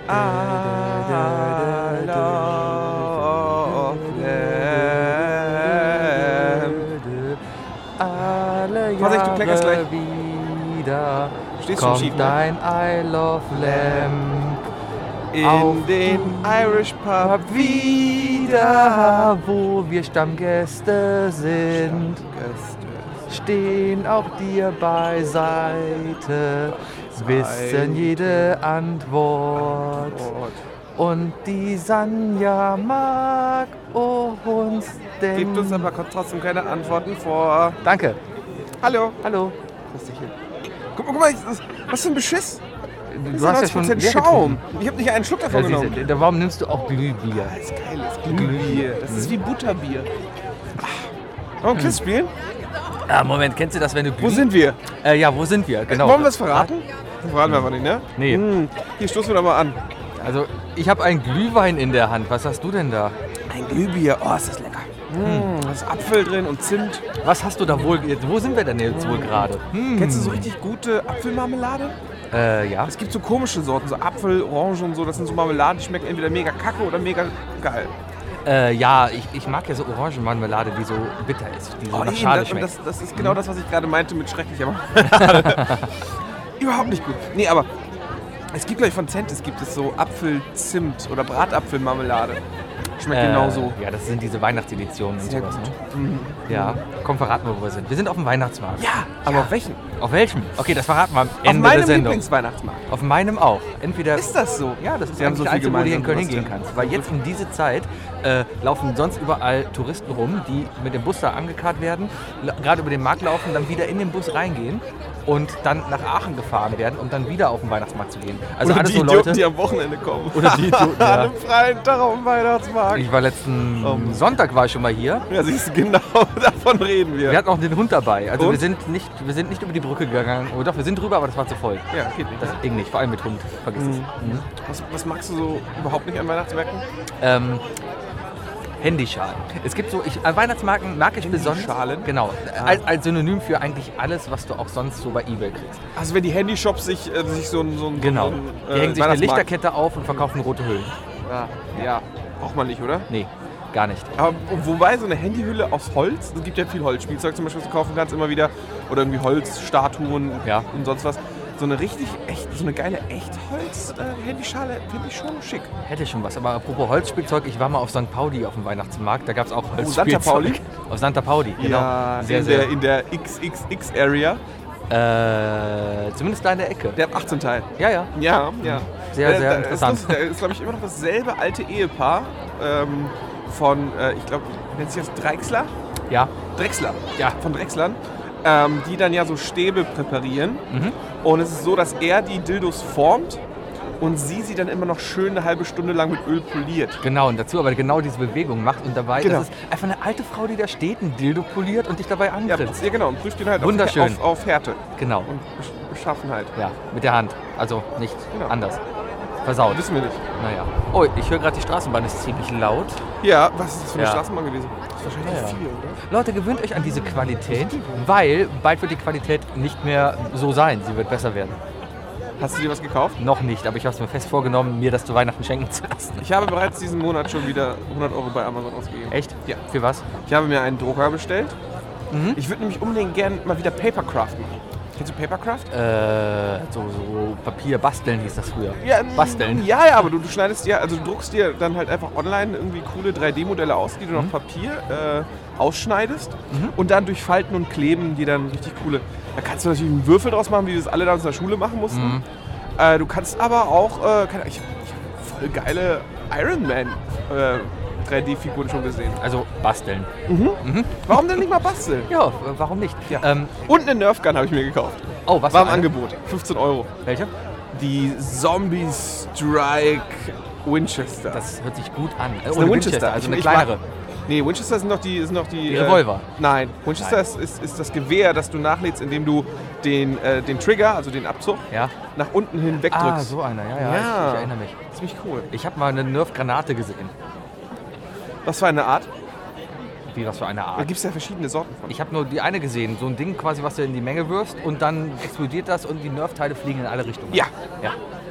I love them. Alle Vorsicht, du kleckerst Jahre gleich. wieder Stehst schon kommt schief, ne? dein I Love Lamb In auf den Irish Pub wieder, wo wir Stammgäste sind. Stehen auch dir beiseite, wissen jede Antwort. Und die Sanja mag uns denn... Gibt uns aber trotzdem keine Antworten vor. Danke. Hallo. Hallo. Guck mal, was für ein Beschiss. Du hast ja schon 90% leer Schaum. Ich habe nicht einen Schluck davon getrunken. genommen. Ja, warum nimmst du auch Glühbier? Das ist geiles Glühbier. Das ist wie Butterbier. Wollen wir ein Quiz spielen? Ah, Moment, kennst du das, wenn du Wo sind wir? Ja, wo sind wir? Genau. Wollen wir es verraten? Das verraten wir aber nicht, ne? Nee. Hier stoßen wir doch mal an. Also, ich habe einen Glühwein in der Hand. Was hast du denn da? Ein Glühbier. Oh, ist das lecker. Da ist Apfel drin und Zimt. Was hast du da wohl? Wo sind wir denn jetzt wohl gerade? Kennst du so richtig gute Apfelmarmelade? Ja. Es gibt so komische Sorten, so Apfel, Orange und so. Das sind so Marmeladen, die schmecken entweder mega kacke oder mega geil. Ja, ich mag ja so Orangenmarmelade, die so bitter ist, die so nach eben, Schale das, und schmeckt. das ist genau das, was ich gerade meinte mit schrecklicher Marmelade. Überhaupt nicht gut. Nee, aber es gibt gleich von Centis gibt es so Apfel-Zimt oder Bratapfelmarmelade. Schmeckt genauso. Ja, das sind diese Weihnachtseditionen und Sehr sowas. gut. Ne? Ja, komm, verraten wir, wo wir sind. Wir sind auf dem Weihnachtsmarkt. Ja, aber auf welchen? Auf welchem? Okay, das verraten wir am Auf Ende meinem der Sendung. Lieblingsweihnachtsmarkt. Auf meinem auch. Entweder Ist das so? Ja, das ist Wir haben eigentlich so der viel einzige, wo du hier in gemeinsam, Köln was hingehen denn? kannst. Weil jetzt um diese Zeit laufen sonst überall Touristen rum, die mit dem Bus da angekarrt werden, gerade über den Markt laufen, dann wieder in den Bus reingehen und dann nach Aachen gefahren werden, um dann wieder auf den Weihnachtsmarkt zu gehen. Also Oder alles die so Idioten, Leute. die am Wochenende kommen. Oder die Idioten, An ja. einem freien Tag auf dem Weihnachtsmarkt. Ich war letzten Sonntag war ich schon mal hier. Ja, siehst du, genau davon reden wir. Wir hatten auch den Hund dabei. Also Und? wir sind nicht über die Brücke gegangen. Oh doch, wir sind drüber, aber das war zu voll. Ja, geht nicht. Das ging nicht, vor allem mit Hund. Vergiss es. Was magst du so überhaupt nicht an Weihnachtsmärkten? Handyschalen. Es gibt so, an Weihnachtsmarken mag ich besonders. Handyschalen? Genau. Als Synonym für eigentlich alles, was du auch sonst so bei eBay kriegst. Also wenn die Handyshops sich so ein Genau. Die hängen sich eine Weihnachtsmarkt- Lichterkette auf und verkaufen rote Hüllen. Ja, braucht man nicht, oder? Nee, gar nicht. Aber wobei so eine Handyhülle aus Holz, es gibt ja viel Holzspielzeug zum Beispiel, was du kaufen kannst immer wieder. Oder irgendwie Holzstatuen Ja. und sonst was. So eine so eine geile Echtholz-Handyschale finde ich schon schick. Hätte schon was. Aber apropos Holzspielzeug, ich war mal auf St. Pauli auf dem Weihnachtsmarkt. Da gab es auch Santa Holzspielzeug. Pauli? Auf Santa Pauli, genau. Ja, sehr. in der XXX-Area. Zumindest da in der Ecke. Der 18 Teil. Ja. Ja. Sehr, sehr Da interessant. Da ist, glaube ich, immer noch dasselbe alte Ehepaar von, ich glaube, nennt sich das Drechsler? Ja. Drechsler. Ja. Von Drechslern. Die dann ja so Stäbe präparieren. Und es ist so, dass er die Dildos formt und sie dann immer noch schön eine halbe Stunde lang mit Öl poliert. Genau, und dazu aber genau diese Bewegung macht und dabei, Genau. das ist einfach eine alte Frau, die da steht, ein Dildo poliert und dich dabei Ja, angrinst. genau. Und prüft ihn halt Wunderschön. auf Härte Genau, und Beschaffenheit. ja, mit der Hand, also nicht Genau. anders. Versaut. Wissen wir nicht. Naja. Oh, ich höre gerade, die Straßenbahn ist ziemlich laut. Ja, was ist das für eine Ja. Straßenbahn gewesen? Das ist wahrscheinlich Ja. viel, oder? Leute, gewöhnt euch an diese Qualität, weil bald wird die Qualität nicht mehr so sein. Sie wird besser werden. Hast du dir was gekauft? Noch nicht, aber ich habe es mir fest vorgenommen, mir das zu Weihnachten schenken zu lassen. Ich habe bereits diesen Monat schon wieder 100 € bei Amazon ausgegeben. Echt? Ja. Für was? Ich habe mir einen Drucker bestellt. Ich würde nämlich unbedingt gern mal wieder Papercraft machen. Kennst du Papercraft? So Papier basteln hieß das früher. Basteln. Ja, aber du schneidest dir, also du druckst dir dann halt einfach online irgendwie coole 3D-Modelle aus, die du auf Papier ausschneidest und dann durch Falten und Kleben die dann richtig coole. Da kannst du natürlich einen Würfel draus machen, wie wir es alle damals in der Schule machen mussten. Du kannst aber auch, ich hab voll geile Iron Man 3D-Figuren schon gesehen. Also basteln. Warum denn nicht mal basteln? Ja, warum nicht? Ja. Und eine Nerf Gun habe ich mir gekauft. Oh, was War im für eine? Angebot. 15 €. Welche? Die Zombie Strike Winchester. Das hört sich gut an. ist Ohne eine Winchester. also eine Ich kleinere. Nee, Winchester sind noch die Revolver? Nein, Winchester ist das Gewehr, das du nachlädst, indem du den Trigger, also den Abzug, Ja. nach unten hin wegdrückst. Ah, so einer. Ja. Ich erinnere mich. Ziemlich cool. Ich habe mal eine Nerf-Granate gesehen. Was für eine Art? Wie, was für eine Da Art? gibt es ja verschiedene Sorten von. Ich habe nur die eine gesehen. So ein Ding quasi, was du in die Menge wirfst und dann explodiert das und die Nerf-Teile fliegen in alle Richtungen. Ja. Ja.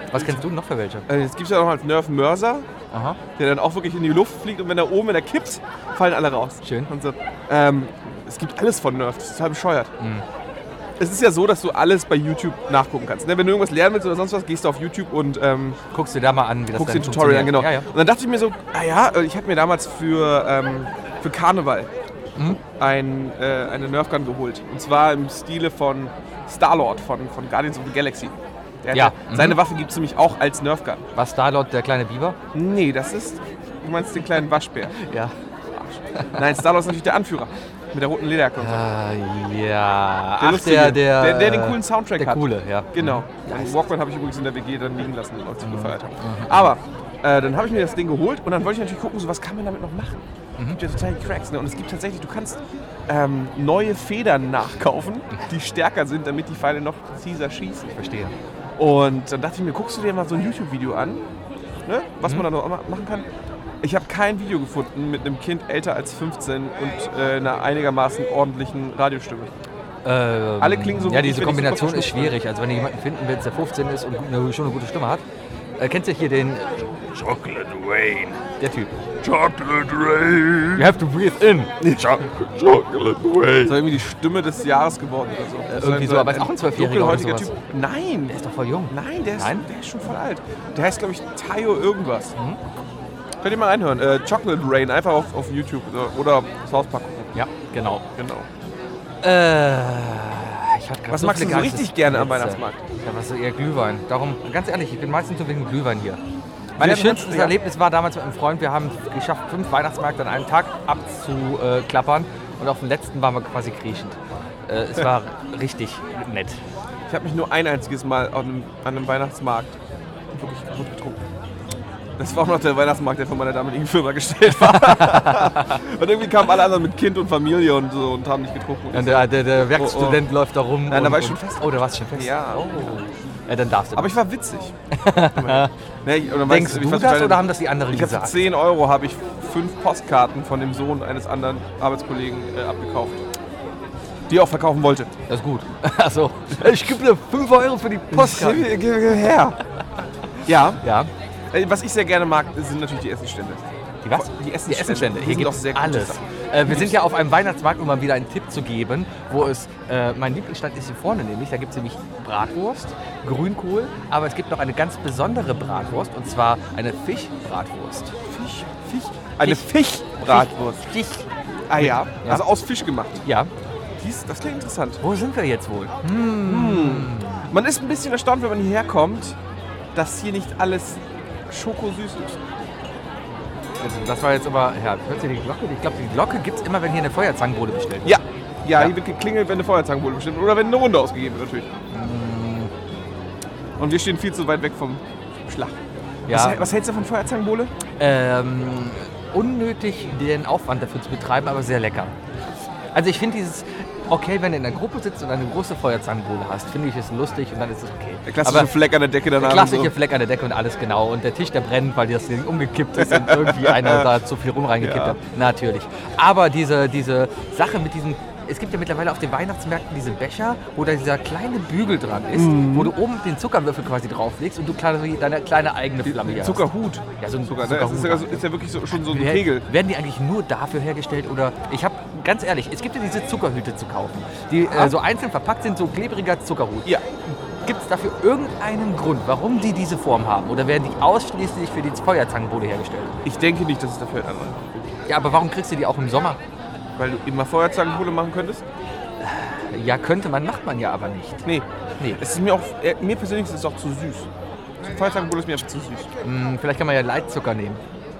Was kennst du noch für welche? Jetzt gibt es ja noch als Nerf Mörser, Aha. der dann auch wirklich in die Luft fliegt und wenn er oben, wenn er kippt, fallen alle raus. Schön. Und so. Es gibt alles von Nerf, das ist total bescheuert. Mhm. Es ist ja so, dass du alles bei YouTube nachgucken kannst. Ne? Wenn du irgendwas lernen willst oder sonst was, gehst du auf YouTube und guckst dir da mal an, wie das guckst dann den Tutorial an. Genau. Ja, ja. Und dann dachte ich mir so, ich habe mir damals für Karneval eine Nerf Gun geholt. Und zwar im Stile von Star-Lord von Guardians of the Galaxy. Seine Waffe gibt es nämlich auch als Nerf Gun. War Star-Lord der kleine Biber? Nee, du meinst den kleinen Waschbär. Ja. Nein, Star-Lord ist natürlich der Anführer. Mit der roten Lederjacke und so. Ja. Der Lustige, der den coolen Soundtrack der hat. Der coole, ja. Genau. Den Walkman habe ich übrigens in der WG dann liegen lassen, als ich gefeiert habe. Aber dann habe ich mir das Ding geholt und dann wollte ich natürlich gucken, so, was kann man damit noch machen. Es gibt ja total die Cracks. Ne? Und es gibt tatsächlich, du kannst neue Federn nachkaufen, die stärker sind, damit die Pfeile noch präziser schießen. Ich verstehe. Und dann dachte ich mir, guckst du dir mal so ein YouTube-Video an, ne? Was man da noch machen kann. Ich habe kein Video gefunden mit einem Kind älter als 15 und einer einigermaßen ordentlichen Radiostimme. Alle klingen so. Ja, diese Kombination ist schwierig. Also wenn ihr jemanden finden willst, der 15 ist und schon eine gute Stimme hat. Kennst du hier den Chocolate Rain. Der Typ. Chocolate Rain. You have to breathe in. Chocolate Das Rain. ist irgendwie die Stimme des Jahres geworden oder so. Irgendwie so, aber ist auch ein 12-Jähriger oder dunkelhäutiger sowas. Typ. Nein! Der ist doch voll jung. Nein, der ist schon voll alt. Mhm. Der heißt, glaube ich, Tayo irgendwas. Könnt ihr mal reinhören. Chocolate Rain, einfach auf YouTube oder South Park gucken. Ja, genau. Genau. Ich hatte Was magst du so richtig gerne am Weihnachtsmarkt? Ja, was so eher Glühwein. Darum, ganz ehrlich, ich bin meistens nur wegen Glühwein hier. Mein Ja, schönstes ja. Erlebnis war damals mit einem Freund. Wir haben geschafft, 5 Weihnachtsmärkte an einem Tag abzuklappern. Und auf dem letzten waren wir quasi kriechend. Es war richtig nett. Ich habe mich nur ein einziges Mal an einem Weihnachtsmarkt wirklich kaputt getrunken. Das war auch noch der Weihnachtsmarkt, der von meiner damaligen Firma gestellt war. Und irgendwie kamen alle anderen mit Kind und Familie und so und haben nicht getrunken. Und der Werkstudent läuft da rum. Nein, da und, war ich schon fest. Oh, da warst du schon fest? Ja. Oh. Ja, dann darfst du. Aber ich war witzig. Denkst du das oder haben das die anderen Ich habe für gesagt? 10 Euro habe ich 5 Postkarten von dem Sohn eines anderen Arbeitskollegen abgekauft. Die er auch verkaufen wollte. Das ist gut. Achso, ich gebe dir 5 Euro für die Postkarte. Gib her. Ja. Ja. Was ich sehr gerne mag, sind natürlich die Essenstände. Die was? Die Die Essenstände. Die Hier sind gibt doch es sehr gute alles. Sachen. Wir sind ja auf einem Weihnachtsmarkt, um mal wieder einen Tipp zu geben, wo es, mein Lieblingsstand ist hier vorne nämlich, da gibt es nämlich Bratwurst, Grünkohl, aber es gibt noch eine ganz besondere Bratwurst und zwar eine Fischbratwurst. Fisch? Eine Fischbratwurst. Fisch. Ah ja, Ja. also aus Fisch gemacht. Ja. Das klingt interessant. Wo sind wir jetzt wohl? Man ist ein bisschen erstaunt, wenn man hierher kommt, dass hier nicht alles schokosüß ist. Also, das war jetzt aber, ja, hört ihr die Glocke? Ich glaube, die Glocke gibt es immer, wenn hier eine Feuerzangenbowle bestellt wird. Ja, hier wird geklingelt, wenn eine Feuerzangenbowle bestimmt oder wenn eine Runde ausgegeben wird natürlich. Und wir stehen viel zu weit weg vom Schlag. Ja. Was hältst du von Feuerzangenbowle? Unnötig den Aufwand dafür zu betreiben, aber sehr lecker. Also ich finde dieses, okay, wenn du in einer Gruppe sitzt und eine große Feuerzangenbowle hast, finde ich es lustig und dann ist es okay. Der klassische Fleck an der Decke danach. Der klassische so. Fleck an der Decke und alles genau. Und der Tisch, der brennt, weil das Ding umgekippt ist und irgendwie einer da zu viel rum reingekippt Ja. hat. Natürlich. Aber diese Sache mit diesen, es gibt ja mittlerweile auf den Weihnachtsmärkten diese Becher, wo da dieser kleine Bügel dran ist, wo du oben den Zuckerwürfel quasi drauflegst und du deine kleine eigene Flamme hier hast. Zuckerhut. Ja, so ein Zucker. Zuckerhut. Das ist ja wirklich schon so ein Werden- Pegel. Werden die eigentlich nur dafür hergestellt oder ich habe ganz ehrlich, es gibt ja diese Zuckerhüte zu kaufen, die so einzeln verpackt sind, so klebriger Zuckerhut. Ja. Gibt es dafür irgendeinen Grund, warum die diese Form haben oder werden die ausschließlich für die Feuerzangenbowle hergestellt? Ich denke nicht, dass es dafür einen anderen gibt. Ja, aber warum kriegst du die auch im Sommer? Weil du immer Feuerzangenbowle machen könntest? Ja, könnte man, macht man ja aber nicht. Nee. Nee. Es ist mir persönlich ist es auch zu süß. Feuerzangenbowle ist mir einfach zu süß. Vielleicht kann man ja Leitzucker nehmen.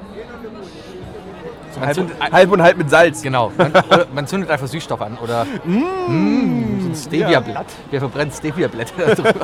So Man halb, zündet halb und halb mit Salz. Genau, man zündet einfach Süßstoff an oder so ein Stevia-Blatt. Wer verbrennt Stevia-Blätter da drüber?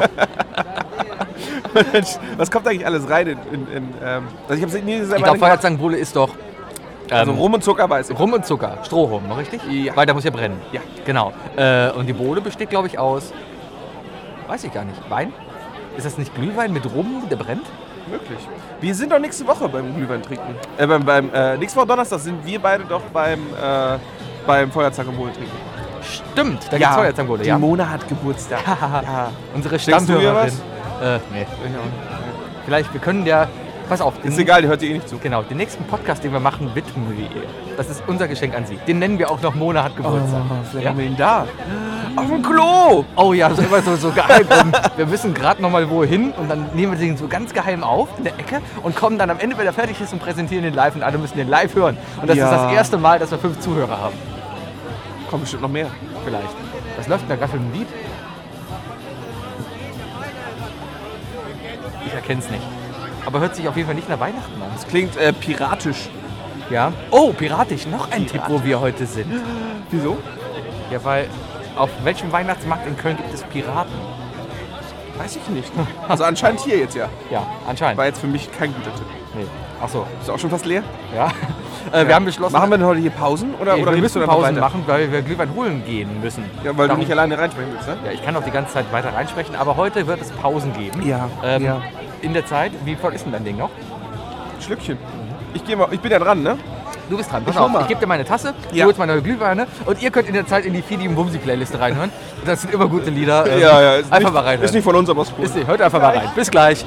Was kommt eigentlich alles rein also ich hab's nie selber Ich glaube, Feuerzangenbowle ist doch Also Rum und Zucker weiß ich. Rum und Zucker, Strohrum, noch richtig? Ja. Weil der muss ja brennen. Ja. Genau. Und die Bowle besteht, glaube ich, aus, weiß ich gar nicht, Wein? Ist das nicht Glühwein mit Rum, der brennt? Möglich. Wir sind doch nächste Woche beim Glühwein trinken. Nächste Woche Donnerstag sind wir beide doch beim Feuerzangenbowle trinken. Stimmt, da gibt's Feuerzangenbowle, Die ja. Mona hat Geburtstag. Ja. Unsere Schenkst du mir Stammhörerin. Nee. Vielleicht, wir können ja, pass auf. Ist egal, die hört ihr eh nicht zu. Genau, den nächsten Podcast, den wir machen, widmen wir ihr. Das ist unser Geschenk an sie. Den nennen wir auch noch Mona hat Geburtstag. Vielleicht haben wir ihn da. Auf dem Klo! Oh ja, so immer so geheim. Wir wissen gerade noch mal wohin und dann nehmen wir den so ganz geheim auf in der Ecke und kommen dann am Ende, wenn er fertig ist und präsentieren den live und alle müssen den live hören. Und das ist das erste Mal, dass wir 5 Zuhörer haben. Kommt bestimmt noch mehr. Vielleicht. Was läuft denn da gerade für ein Lied? Ich erkenne es nicht. Aber hört sich auf jeden Fall nicht nach Weihnachten an. Das klingt piratisch. Ja. Oh, piratisch. Noch ein Tipp, wo wir heute sind. Wieso? Ja, weil auf welchem Weihnachtsmarkt in Köln gibt es Piraten? Weiß ich nicht. Also anscheinend hier jetzt ja. Ja, anscheinend. War jetzt für mich kein guter Tipp. Nee. Ach so. Ist auch schon fast leer? Ja. Wir haben beschlossen... Machen wir denn heute hier Pausen? Oder wir redest müssen du einfach Pausen weiter? machen, weil wir Glühwein holen gehen müssen. Ja, weil Darum- du nicht alleine reinsprechen willst, ne? Ja, ich kann auch die ganze Zeit weiter reinsprechen, aber heute wird es Pausen geben. Ja, ja. In der Zeit, wie voll ist denn dein Ding noch? Schlückchen. Ich bin ja dran, ne? Du bist dran, pass Ich hol auf. mal. Ich gebe dir meine Tasse, du Ja. holst meine Glühweine und ihr könnt in der Zeit in die Fidi und Bumsi Playliste reinhören. Das sind immer gute Lieder. Ist Einfach nicht, mal reinhören. Ist nicht von uns, aber ist cool. Ist nicht, hört einfach mal rein. Bis gleich.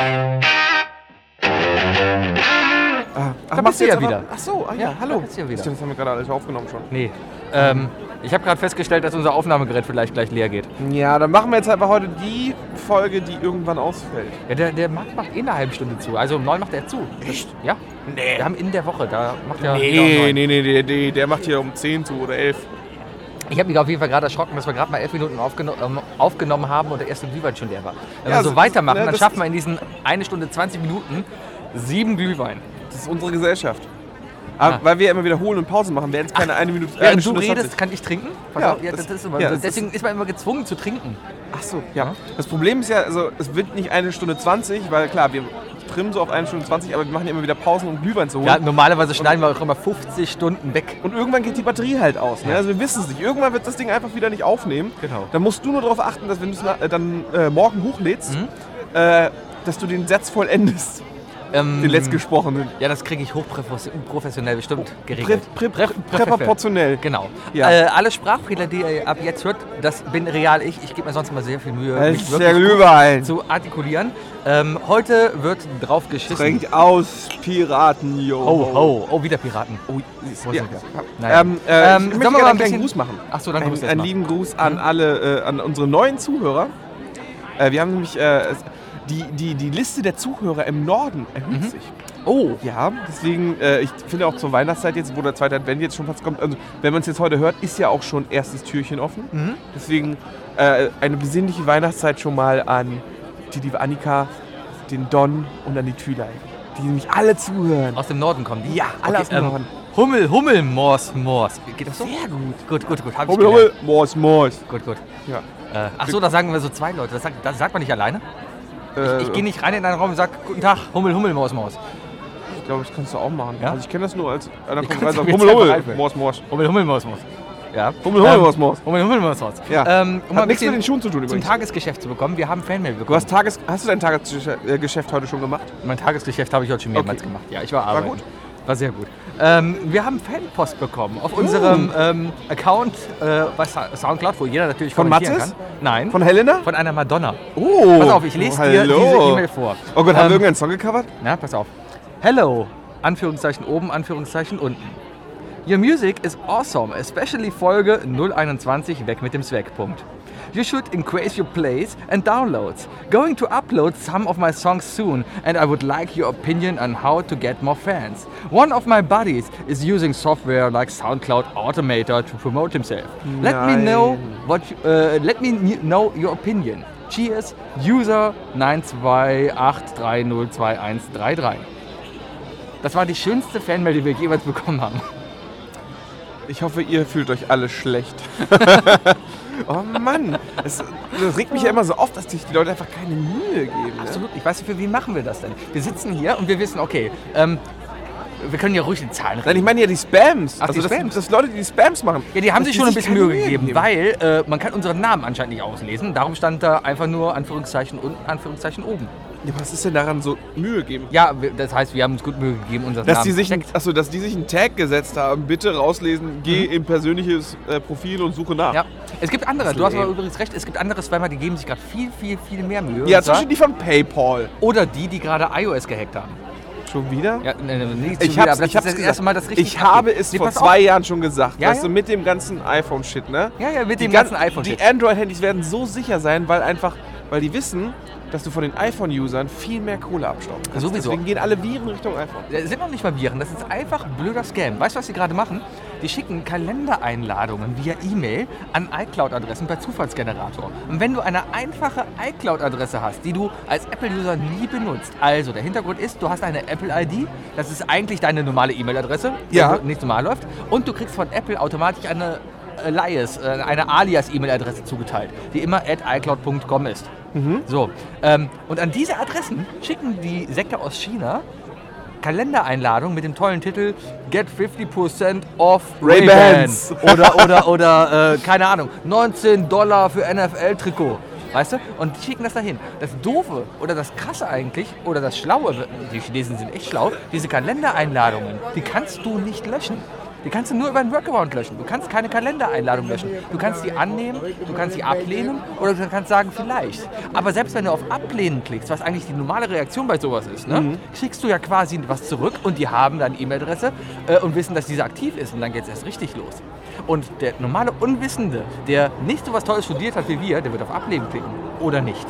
Ach, Da bist du ja wieder. Ach so, Ja, ja, hallo. da bist du ja wieder. Das haben wir gerade alles aufgenommen schon. Nee. Ich habe gerade festgestellt, dass unser Aufnahmegerät vielleicht gleich leer geht. Ja, dann machen wir jetzt einfach heute die Folge, die irgendwann ausfällt. Ja, der Markt macht eh eine halbe Stunde zu. Also um 9 macht er zu. Echt? Ja. Nee. Wir haben in der Woche, da macht er... Nee, der macht hier um 10 zu oder 11. Ich habe mich auf jeden Fall gerade erschrocken, dass wir gerade mal 11 Minuten aufgenommen haben und der erste Glühwein schon leer war. Wenn Ja, wir so das- weitermachen, ja, dann das schaffen ist- wir in diesen 1 Stunde 20 Minuten 7 Glühwein. Das ist unsere Gesellschaft. Aber weil wir immer wiederholen und Pausen machen, werden es keine eine Minute. eine Während du Stunde redest, 20. kann ich trinken? Pass Ja, auf, das ist immer, ja, das deswegen ist man immer gezwungen zu trinken. Ach so, ja. Das Problem ist ja, also es wird nicht 1 Stunde 20, weil klar, wir trimmen so auf 1 Stunde 20, aber wir machen ja immer wieder Pausen, um Glühwein zu holen. Ja, normalerweise schneiden wir auch immer 50 Stunden weg. Und irgendwann geht die Batterie halt aus. Ne? Also wir wissen es nicht. Irgendwann wird das Ding einfach wieder nicht aufnehmen. Genau. Dann musst du nur darauf achten, dass wenn du es dann morgen hochlädst, dass du den Satz vollendest. Den letztgesprochenen. Ja, das kriege ich hochprofessionell bestimmt geregelt. Präproportionell. Genau. Ja. Alle Sprachfehler, die ihr ab jetzt hört, das bin real ich. Ich gebe mir sonst mal sehr viel Mühe, Das mich ist der wirklich gut Glühwein. zu artikulieren. Heute wird drauf geschissen. Trinkt aus, Piraten, yo. Oh, wieder Piraten. Oh, Wo ja. sind wir? Naja. Ich möchte sollen wir gerne mal einen ein kleinen bisschen- Gruß machen. Ach so, dann Gruß jetzt Einen mal. lieben Gruß an alle, an unsere neuen Zuhörer. Wir haben nämlich die Liste der Zuhörer im Norden erhöht sich. Oh, Ja, deswegen, ich finde auch zur Weihnachtszeit jetzt, wo der zweite Advent jetzt schon fast kommt, also wenn man es jetzt heute hört, ist ja auch schon erstes Türchen offen. Deswegen eine besinnliche Weihnachtszeit schon mal an die liebe Annika, den Don und an die Thülei, die nämlich alle zuhören. aus dem Norden kommen die? Ja, alle aus dem Norden. Hummel, Mors. Geht das so? Sehr gut. Gut. Hab ich Hummel, gelernt. Hummel, Mors. Gut. Ja. Ach so, da sagen wir so 2 Leute. Das sagt man nicht alleine? Ich gehe nicht rein in einen Raum und sage, guten Tag, Hummel, Mors. Ich glaube, das kannst du auch machen. Ja? Also ich kenne das nur als einer Ich kommt kann's rein und sagt, mir jetzt Hummel, einfach Hummel, einfällen. Mors, Mors. Hummel, Mors. Ja. Hummel, Mors, Mors. Hummel, Mors. Ja. Um mal ein Hat nichts mit bisschen den Schuhen zu tun zum übrigens. Tagesgeschäft zu bekommen. Wir haben Fanmail bekommen. Hast du dein Tagesgeschäft heute schon gemacht? Mein Tagesgeschäft habe ich heute schon mehrmals Okay. gemacht. Ja, ich war arbeiten. gut. War sehr gut. Wir haben Fanpost bekommen auf unserem Account bei Soundcloud, wo jeder natürlich Von kommentieren Matzes? kann. Nein, Von Helena? von einer Madonna. Oh. Pass auf, ich lese dir hallo. diese E-Mail vor. Oh Gott, haben wir irgendeinen Song gecovert? Na, pass auf. Hello, Anführungszeichen oben, Anführungszeichen unten. Your music is awesome, especially Folge 021, weg mit dem Swag. Punkt. You should increase your plays and downloads. Going to upload some of my songs soon and I would like your opinion on how to get more fans. One of my buddies is using software like SoundCloud Automator to promote himself. Let me know your opinion. Cheers, User 928302133. Das war die schönste Fanmail, die wir jemals bekommen haben. Ich hoffe, ihr fühlt euch alle schlecht. Oh Mann, das regt mich ja immer so auf, dass sich die Leute einfach keine Mühe geben. Ne? Absolut. Ich weiß nicht, für wen machen wir das denn? Wir sitzen hier und wir wissen, okay, wir können ja ruhig die Zahlen Nein, reden. ich meine ja die Spams. Ach, die Spams? Das Leute, die die Spams machen. Ja, die haben dass sich schon ein sich bisschen keine Mühe gegeben, geben. weil man kann unseren Namen anscheinend nicht auslesen. Darum stand da einfach nur Anführungszeichen unten, Anführungszeichen oben. Ja, was ist denn daran so Mühe geben? Ja, das heißt, wir haben uns gut Mühe gegeben, unser Dass Namen die, sich versteckt. dass die sich einen Tag gesetzt haben, bitte rauslesen, geh in persönliches Profil und suche nach. Ja, es gibt andere, Das du hast aber lame. übrigens recht, es gibt andere Spammer, die geben sich gerade viel mehr Mühe. Ja, Und zum zwar- Beispiel die von PayPal. Oder die gerade iOS gehackt haben. Schon wieder? Ja, nicht Ich schon wieder, hab's, aber ich das hab's ist das erste Mal, das richtig Ich habe abgeht. es Nee, vor pass 2 auf. Jahren schon gesagt, Ja, weißt ja. du, mit dem ganzen iPhone-Shit, ne? Ja, mit Die dem ganzen gan- iPhone-Shit. Die Android-Handys werden so sicher sein, weil die wissen, dass du von den iPhone-Usern viel mehr Kohle abstauben kannst. Sowieso. Deswegen gehen alle Viren Richtung iPhone. Das sind noch nicht mal Viren, das ist einfach blöder Scam. Weißt du, was sie gerade machen? Die schicken Kalendereinladungen via E-Mail an iCloud-Adressen per Zufallsgenerator. Und wenn du eine einfache iCloud-Adresse hast, die du als Apple-User nie benutzt, also der Hintergrund ist, du hast eine Apple-ID, das ist eigentlich deine normale E-Mail-Adresse, Ja. die nicht normal läuft, und du kriegst von Apple automatisch eine eine Alias-E-Mail-Adresse zugeteilt, die immer @icloud.com ist. So, und an diese Adressen schicken die Sekte aus China Kalendereinladung mit dem tollen Titel Get 50% off Ray-Bans. oder keine Ahnung, $19 für NFL-Trikot. Weißt du? Und die schicken das dahin. Das Doofe oder das Krasse eigentlich, oder das Schlaue, die Chinesen sind echt schlau, diese Kalendereinladungen, die kannst du nicht löschen. Die kannst du nur über einen Workaround löschen. Du kannst keine Kalendereinladung löschen. Du kannst die annehmen, du kannst die ablehnen oder du kannst sagen, vielleicht. Aber selbst wenn du auf Ablehnen klickst, was eigentlich die normale Reaktion bei sowas ist, ne, kriegst du ja quasi was zurück und die haben deine E-Mail-Adresse und wissen, dass diese aktiv ist und dann geht es erst richtig los. Und der normale Unwissende, der nicht so was Tolles studiert hat wie wir, der wird auf Ablehnen klicken. Oder nicht.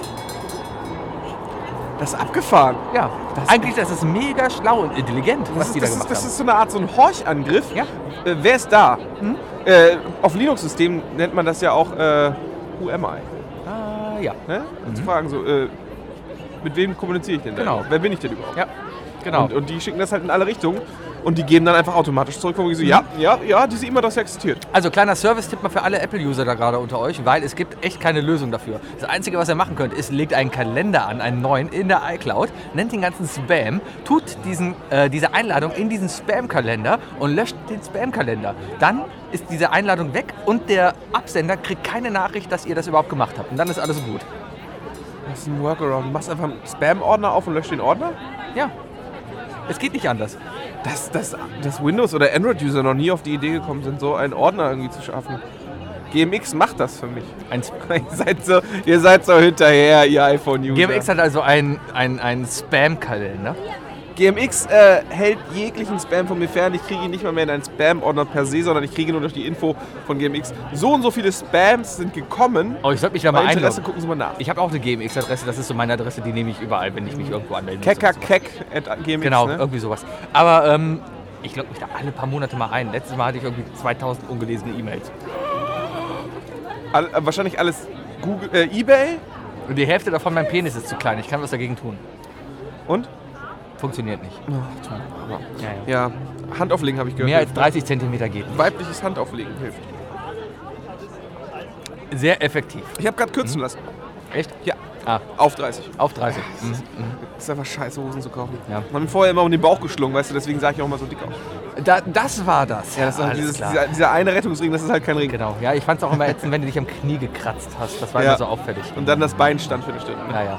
Das ist abgefahren. Ja, eigentlich das ist mega schlau und intelligent, was die da gemacht Das haben. ist so eine Art so ein Horchangriff. Ja. Wer ist da? Auf Linux-Systemen nennt man das ja auch Who am I? Ah, ja. Ne? Zu fragen so, mit wem kommuniziere ich denn da? Genau. Wer bin ich denn überhaupt? Ja, genau. Und die schicken das halt in alle Richtungen und die geben dann einfach automatisch zurück, wo wir so, ja, diese E-Mail-Adresse existiert. Also kleiner Service-Tipp mal für alle Apple-User da gerade unter euch, weil es gibt echt keine Lösung dafür. Das Einzige, was ihr machen könnt, ist, legt einen Kalender an, einen neuen, in der iCloud, nennt den ganzen Spam, tut diese Einladung in diesen Spam-Kalender und löscht den Spam-Kalender. Dann ist diese Einladung weg und der Absender kriegt keine Nachricht, dass ihr das überhaupt gemacht habt. Und dann ist alles gut. Das ist ein Workaround. Du machst einfach einen Spam-Ordner auf und löscht den Ordner? Ja, es geht nicht anders. Dass Windows- oder Android-User noch nie auf die Idee gekommen sind, so einen Ordner irgendwie zu schaffen. GMX macht das für mich. Ihr seid so hinterher, ihr iPhone-User. GMX hat also einen Spam-Kalender. GMX hält jeglichen Spam von mir fern. Ich kriege ihn nicht mal mehr in einen Spam-Ordner per se, sondern ich kriege nur durch die Info von GMX. So und so viele Spams sind gekommen. Oh, ich sollte mich da Bei mal Interesse einloggen. gucken Sie mal nach. Ich habe auch eine GMX-Adresse, das ist so meine Adresse, die nehme ich überall, wenn ich mich irgendwo anmelde. Kekakek@gmx. Genau, Ne? irgendwie sowas. Aber ich logge mich da alle paar Monate mal ein. Letztes Mal hatte ich irgendwie 2000 ungelesene E-Mails. Wahrscheinlich alles Google, eBay Und die Hälfte davon, mein Penis ist zu klein. Ich kann was dagegen tun. und? Funktioniert nicht. Ach, toll. Aber Ja. ja, Handauflegen habe ich gehört. Mehr als hilft. 30 Zentimeter geht nicht. Weibliches Handauflegen hilft. Sehr effektiv. Ich habe gerade kürzen lassen. Echt? Ja, Ah, auf 30. auf 30. Mhm. Ist einfach scheiße, Hosen zu kaufen. Ja. Man hat vorher immer um den Bauch geschlungen, weißt du, deswegen sah ich auch immer so dick aus. Das war das. Ja, das ist halt Alles klar. dieser eine Rettungsring, das ist halt kein Ring. Genau. Ja, ich fand es auch immer ätzend, wenn du dich am Knie gekratzt hast. Das war Ja. immer so auffällig. Und dann das Bein stand für eine Stunde. Naja.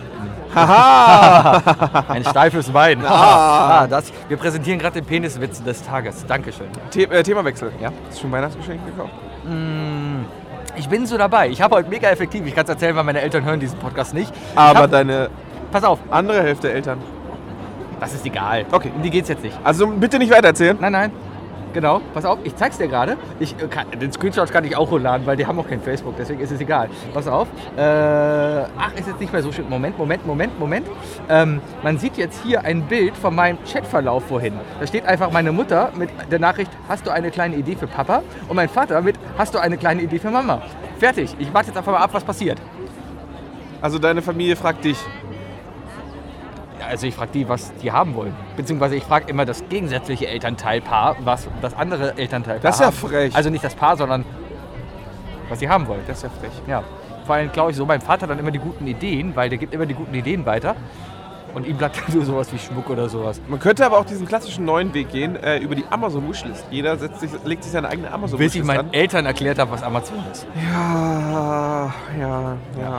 Haha! Ein steifes Bein. Wir präsentieren gerade den Peniswitz des Tages. Dankeschön. Themawechsel. Ja? Hast du schon Weihnachtsgeschenke gekauft? Ich bin so dabei. Ich habe heute mega effektiv. Ich kann es erzählen, weil meine Eltern hören diesen Podcast nicht. Aber deine Pass auf, andere Hälfte Eltern. das ist egal. Okay. Um die geht's jetzt nicht. Also bitte nicht weitererzählen. Nein. Genau, pass auf, ich zeig's dir gerade. Den Screenshot kann ich auch hochladen, weil die haben auch kein Facebook, deswegen ist es egal. Pass auf. Ist jetzt nicht mehr so schön. Moment. Man sieht jetzt hier ein Bild von meinem Chatverlauf vorhin. Da steht einfach meine Mutter mit der Nachricht, hast du eine kleine Idee für Papa? Und mein Vater mit, hast du eine kleine Idee für Mama? Fertig. Ich warte jetzt einfach mal ab, was passiert. Also deine Familie fragt dich. Ja, also ich frage die, was die haben wollen. Beziehungsweise ich frage immer das gegensätzliche Elternteilpaar, was das andere Elternteilpaar Das ist ja haben. frech. Also nicht das Paar, sondern was sie haben wollen. Das ist ja frech. Ja. Vor allem glaube ich so meinem Vater dann immer die guten Ideen, weil der gibt immer die guten Ideen weiter. Und ihm bleibt nur sowas wie Schmuck oder sowas. Man könnte aber auch diesen klassischen neuen Weg gehen, über die Amazon-Wishlist. Jeder legt sich seine eigene Bis ich Amazon-Wishlist meinen an. Eltern erklärt habe, was Amazon ist. Ja.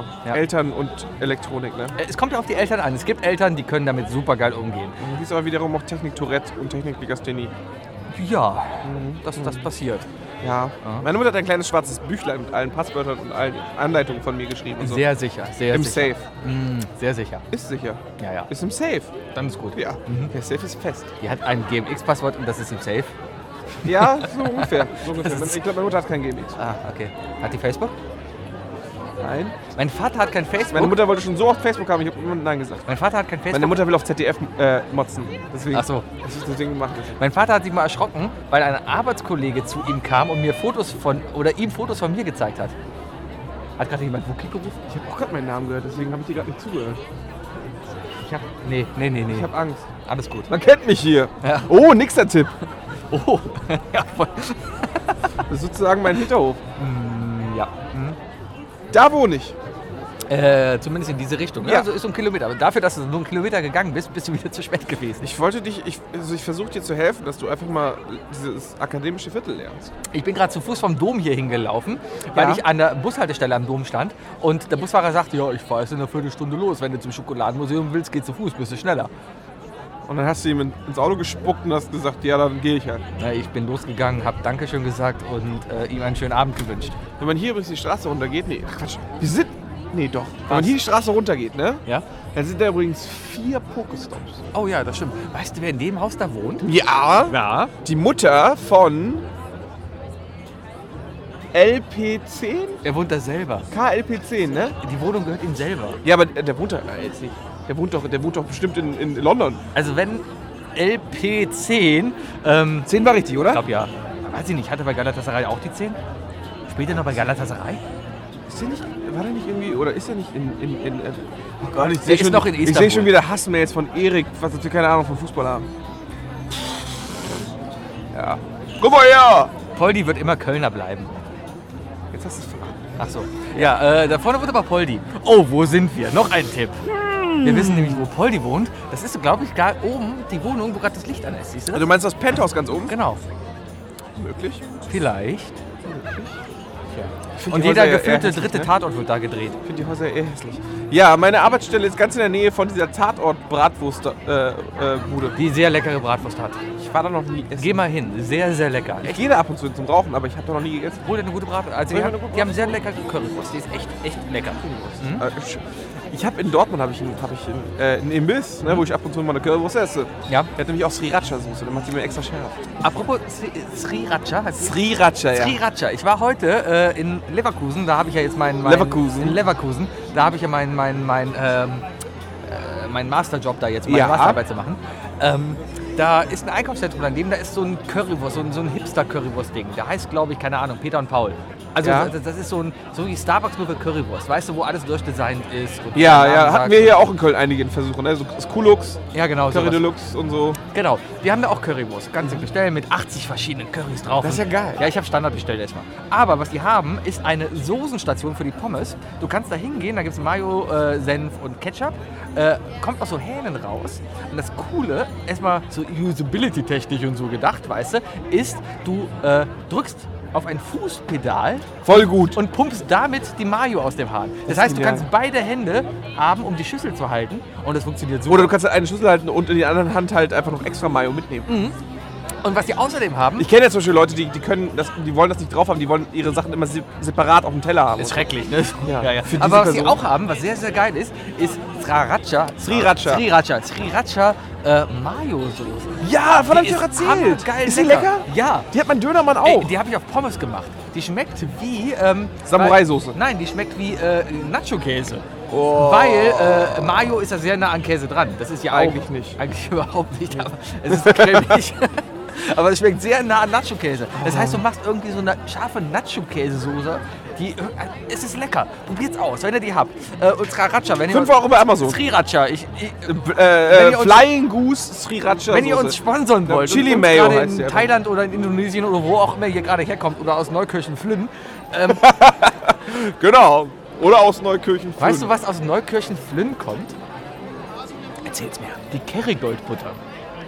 Ja. Eltern und Elektronik, ne? Es kommt ja auf die Eltern an. Es gibt Eltern, die können damit super geil umgehen. Hier ist aber wiederum auch Technik-Tourette und Technik-Legasthenie. Ja, das passiert. Ja. Meine Mutter hat ein kleines schwarzes Büchlein mit allen Passwörtern und allen Anleitungen von mir geschrieben und so. Sehr sicher, sehr Im sicher. Safe. Sehr sicher. Ist sicher. Ja. Ist im Safe. Dann ist gut. Ja. Der Safe ist fest. Die hat ein GMX-Passwort und das ist im Safe. Ja, so ungefähr. Ich glaube, meine Mutter hat kein GMX. Ah, okay. Hat die Facebook? Nein. Mein Vater hat kein Facebook. Meine Mutter wollte schon so oft Facebook haben, ich habe immer Nein gesagt. Mein Vater hat kein Facebook. Meine Mutter will auf ZDF motzen. Deswegen, Ach so. Deswegen gemacht. Mein Vater hat sich mal erschrocken, weil ein Arbeitskollege zu ihm kam und mir ihm Fotos von mir gezeigt hat. Hat gerade jemand Wookie gerufen? Ich habe auch gerade meinen Namen gehört, deswegen habe ich dir gerade nicht zugehört. Nee. Ich habe Angst. Alles gut. Man kennt mich hier. Ja. Oh, nixer Tipp. Oh, ja, voll. Das ist sozusagen mein Hinterhof. Ja. Da wohne ich. Zumindest in diese Richtung. Ja. Ja, also ist so ein Kilometer. Aber dafür, dass du nur einen Kilometer gegangen bist, bist du wieder zu spät gewesen. Ich wollte dich, ich versuche dir zu helfen, dass du einfach mal dieses akademische Viertel lernst. Ich bin gerade zu Fuß vom Dom hier hingelaufen, weil ich an der Bushaltestelle am Dom stand. Und der Busfahrer sagte, ja, ich fahre jetzt in einer Viertelstunde los. Wenn du zum Schokoladenmuseum willst, geh zu Fuß, bist du schneller. Und dann hast du ihm ins Auto gespuckt und hast gesagt, ja, dann gehe ich halt. Ja, ich bin losgegangen, habe Dankeschön gesagt und ihm einen schönen Abend gewünscht. Wenn man hier übrigens die Straße runtergeht, nee, Quatsch, wir sind, nee doch. Wenn man Was? hier die Straße runtergeht, ne, Ja? dann sind da übrigens 4 Pokestops. Oh ja, das stimmt. Weißt du, wer in dem Haus da wohnt? Ja, Ja. die Mutter von LP10? Er wohnt da selber. KLP10, ne? Die Wohnung gehört ihm selber. Ja, aber der wohnt da jetzt nicht. Der wohnt doch bestimmt in London. Also wenn LP10, 10 war richtig, oder? ich glaube ja, weiß ich nicht, hatte bei Galatasaray auch die 10? Spielt er noch bei Galatasaray? Ist der nicht, war der nicht irgendwie, oder ist er nicht in oh Gott, ich Der sehe ist schon, noch in ich sehe Istanbul. schon wieder Hassmails von Erik, was wir keine Ahnung von Fußball haben. Ja. Guck mal her! Poldi wird immer Kölner bleiben. Jetzt hast du es verraten. Ach so. Ja, da vorne wohnt aber Poldi. Oh, wo sind wir? Noch ein Tipp. Wir wissen nämlich, wo Poldi wohnt. Das ist, glaube ich, da oben die Wohnung, wo gerade das Licht an ist. Siehst du das? Du meinst das Penthouse ganz oben? Genau. Möglich. Vielleicht. Ich find Und die jeder Häuser eher gefühlte hässlich, dritte ne? Tatort wird da gedreht. Ich finde die Häuser eher hässlich. Ja, meine Arbeitsstelle ist ganz in der Nähe von dieser Tatort-Bratwurst-Bude. Die sehr leckere Bratwurst hat. Ich war da noch nie essen. Geh mal hin. Sehr, sehr lecker. Ich gehe da ab und zu zum Rauchen, aber ich habe da noch nie gegessen. Hol dir eine gute Bratwurst. Also die haben sehr leckere Currywurst. Die ist echt lecker. Ich habe in Dortmund einen Imbiss, ne, wo ich ab und zu mal eine Currywurst esse. Ja. Der hat nämlich auch Sriracha-Soße, dann macht die mir extra scharf. Apropos Sriracha. Sriracha, ja. Sriracha. Ich war heute in Leverkusen. Da habe ich ja jetzt meinen Leverkusen. In Leverkusen. Da habe ich ja meinen Masterjob da jetzt, meine Ja. Masterarbeit zu machen. Da ist ein Einkaufszentrum daneben, da ist so ein Currywurst, so ein Hipster-Currywurst-Ding. Der heißt, glaube ich, keine Ahnung, Peter und Paul. Also Ja. das ist so wie Starbucks nur für Currywurst. Weißt du, wo alles durchdesignt ist. Und Ja, der Name ja, hatten sagt. wir hier auch in Köln einige Versuche, ne? So Skulux, Ja, genau. Curry sowas. Deluxe und so. Genau, die haben da auch Currywurst. Kannst du bestellen mit 80 verschiedenen Currys drauf. Das ist ja geil. Ja, ich habe Standard bestellt erstmal. Aber was die haben, ist eine Soßenstation für die Pommes. Du kannst da hingehen, da gibt es Mayo, Senf und Ketchup. Kommt aus so Hähnen raus. Und das Coole, erstmal so usability-technisch und so gedacht, weißt du, ist, du drückst auf ein Fußpedal Voll gut. und pumpst damit die Mayo aus dem Hahn. Das heißt, du genial. kannst beide Hände haben, um die Schüssel zu halten. Und das funktioniert so. Oder du kannst halt eine Schlüssel halten und in die andere Hand halt einfach noch extra Mayo mitnehmen. Und was die außerdem haben, Ich kenne ja zum Beispiel Leute, die wollen das nicht drauf haben, die wollen ihre Sachen immer separat auf dem Teller haben. ist schrecklich, ne? Ja, für diese Aber was sie Person. auch haben, was sehr, sehr geil ist Sriracha. Sriracha Mayo-Soße. Ja, von hab ich Die doch ist erzählt. hammergeil Ist die lecker? Ja. Die hat mein Dönermann Ey, auch. die habe ich auf Pommes gemacht. Die schmeckt wie... Samurai-Soße. Nein, die schmeckt wie Nacho-Käse. Oh. Weil Mayo ist ja sehr nah an Käse dran. Das ist ja Eigentlich auch, nicht. Eigentlich überhaupt nicht, aber es ist cremig. Aber es schmeckt sehr nah an Nacho-Käse. Das heißt, du machst irgendwie so eine scharfe Nacho-Käsesoße. Es ist lecker. Probiert's aus, wenn ihr die habt. Und Sriracha, wenn ihr 5 Euro bei Amazon. Sriracha. Wenn ihr uns- Flying Goose Sriracha. Wenn ihr uns sponsern wollt, Chili und Mayo gerade heißt in die einfach. Thailand oder in Indonesien oder wo auch immer ihr gerade herkommt oder aus Neukirchen-Flynn, Genau. Oder aus Neukirchen. weißt du, was aus Neukirchen-Flynn kommt? Erzähl's mir. Die Kerrygold-Butter.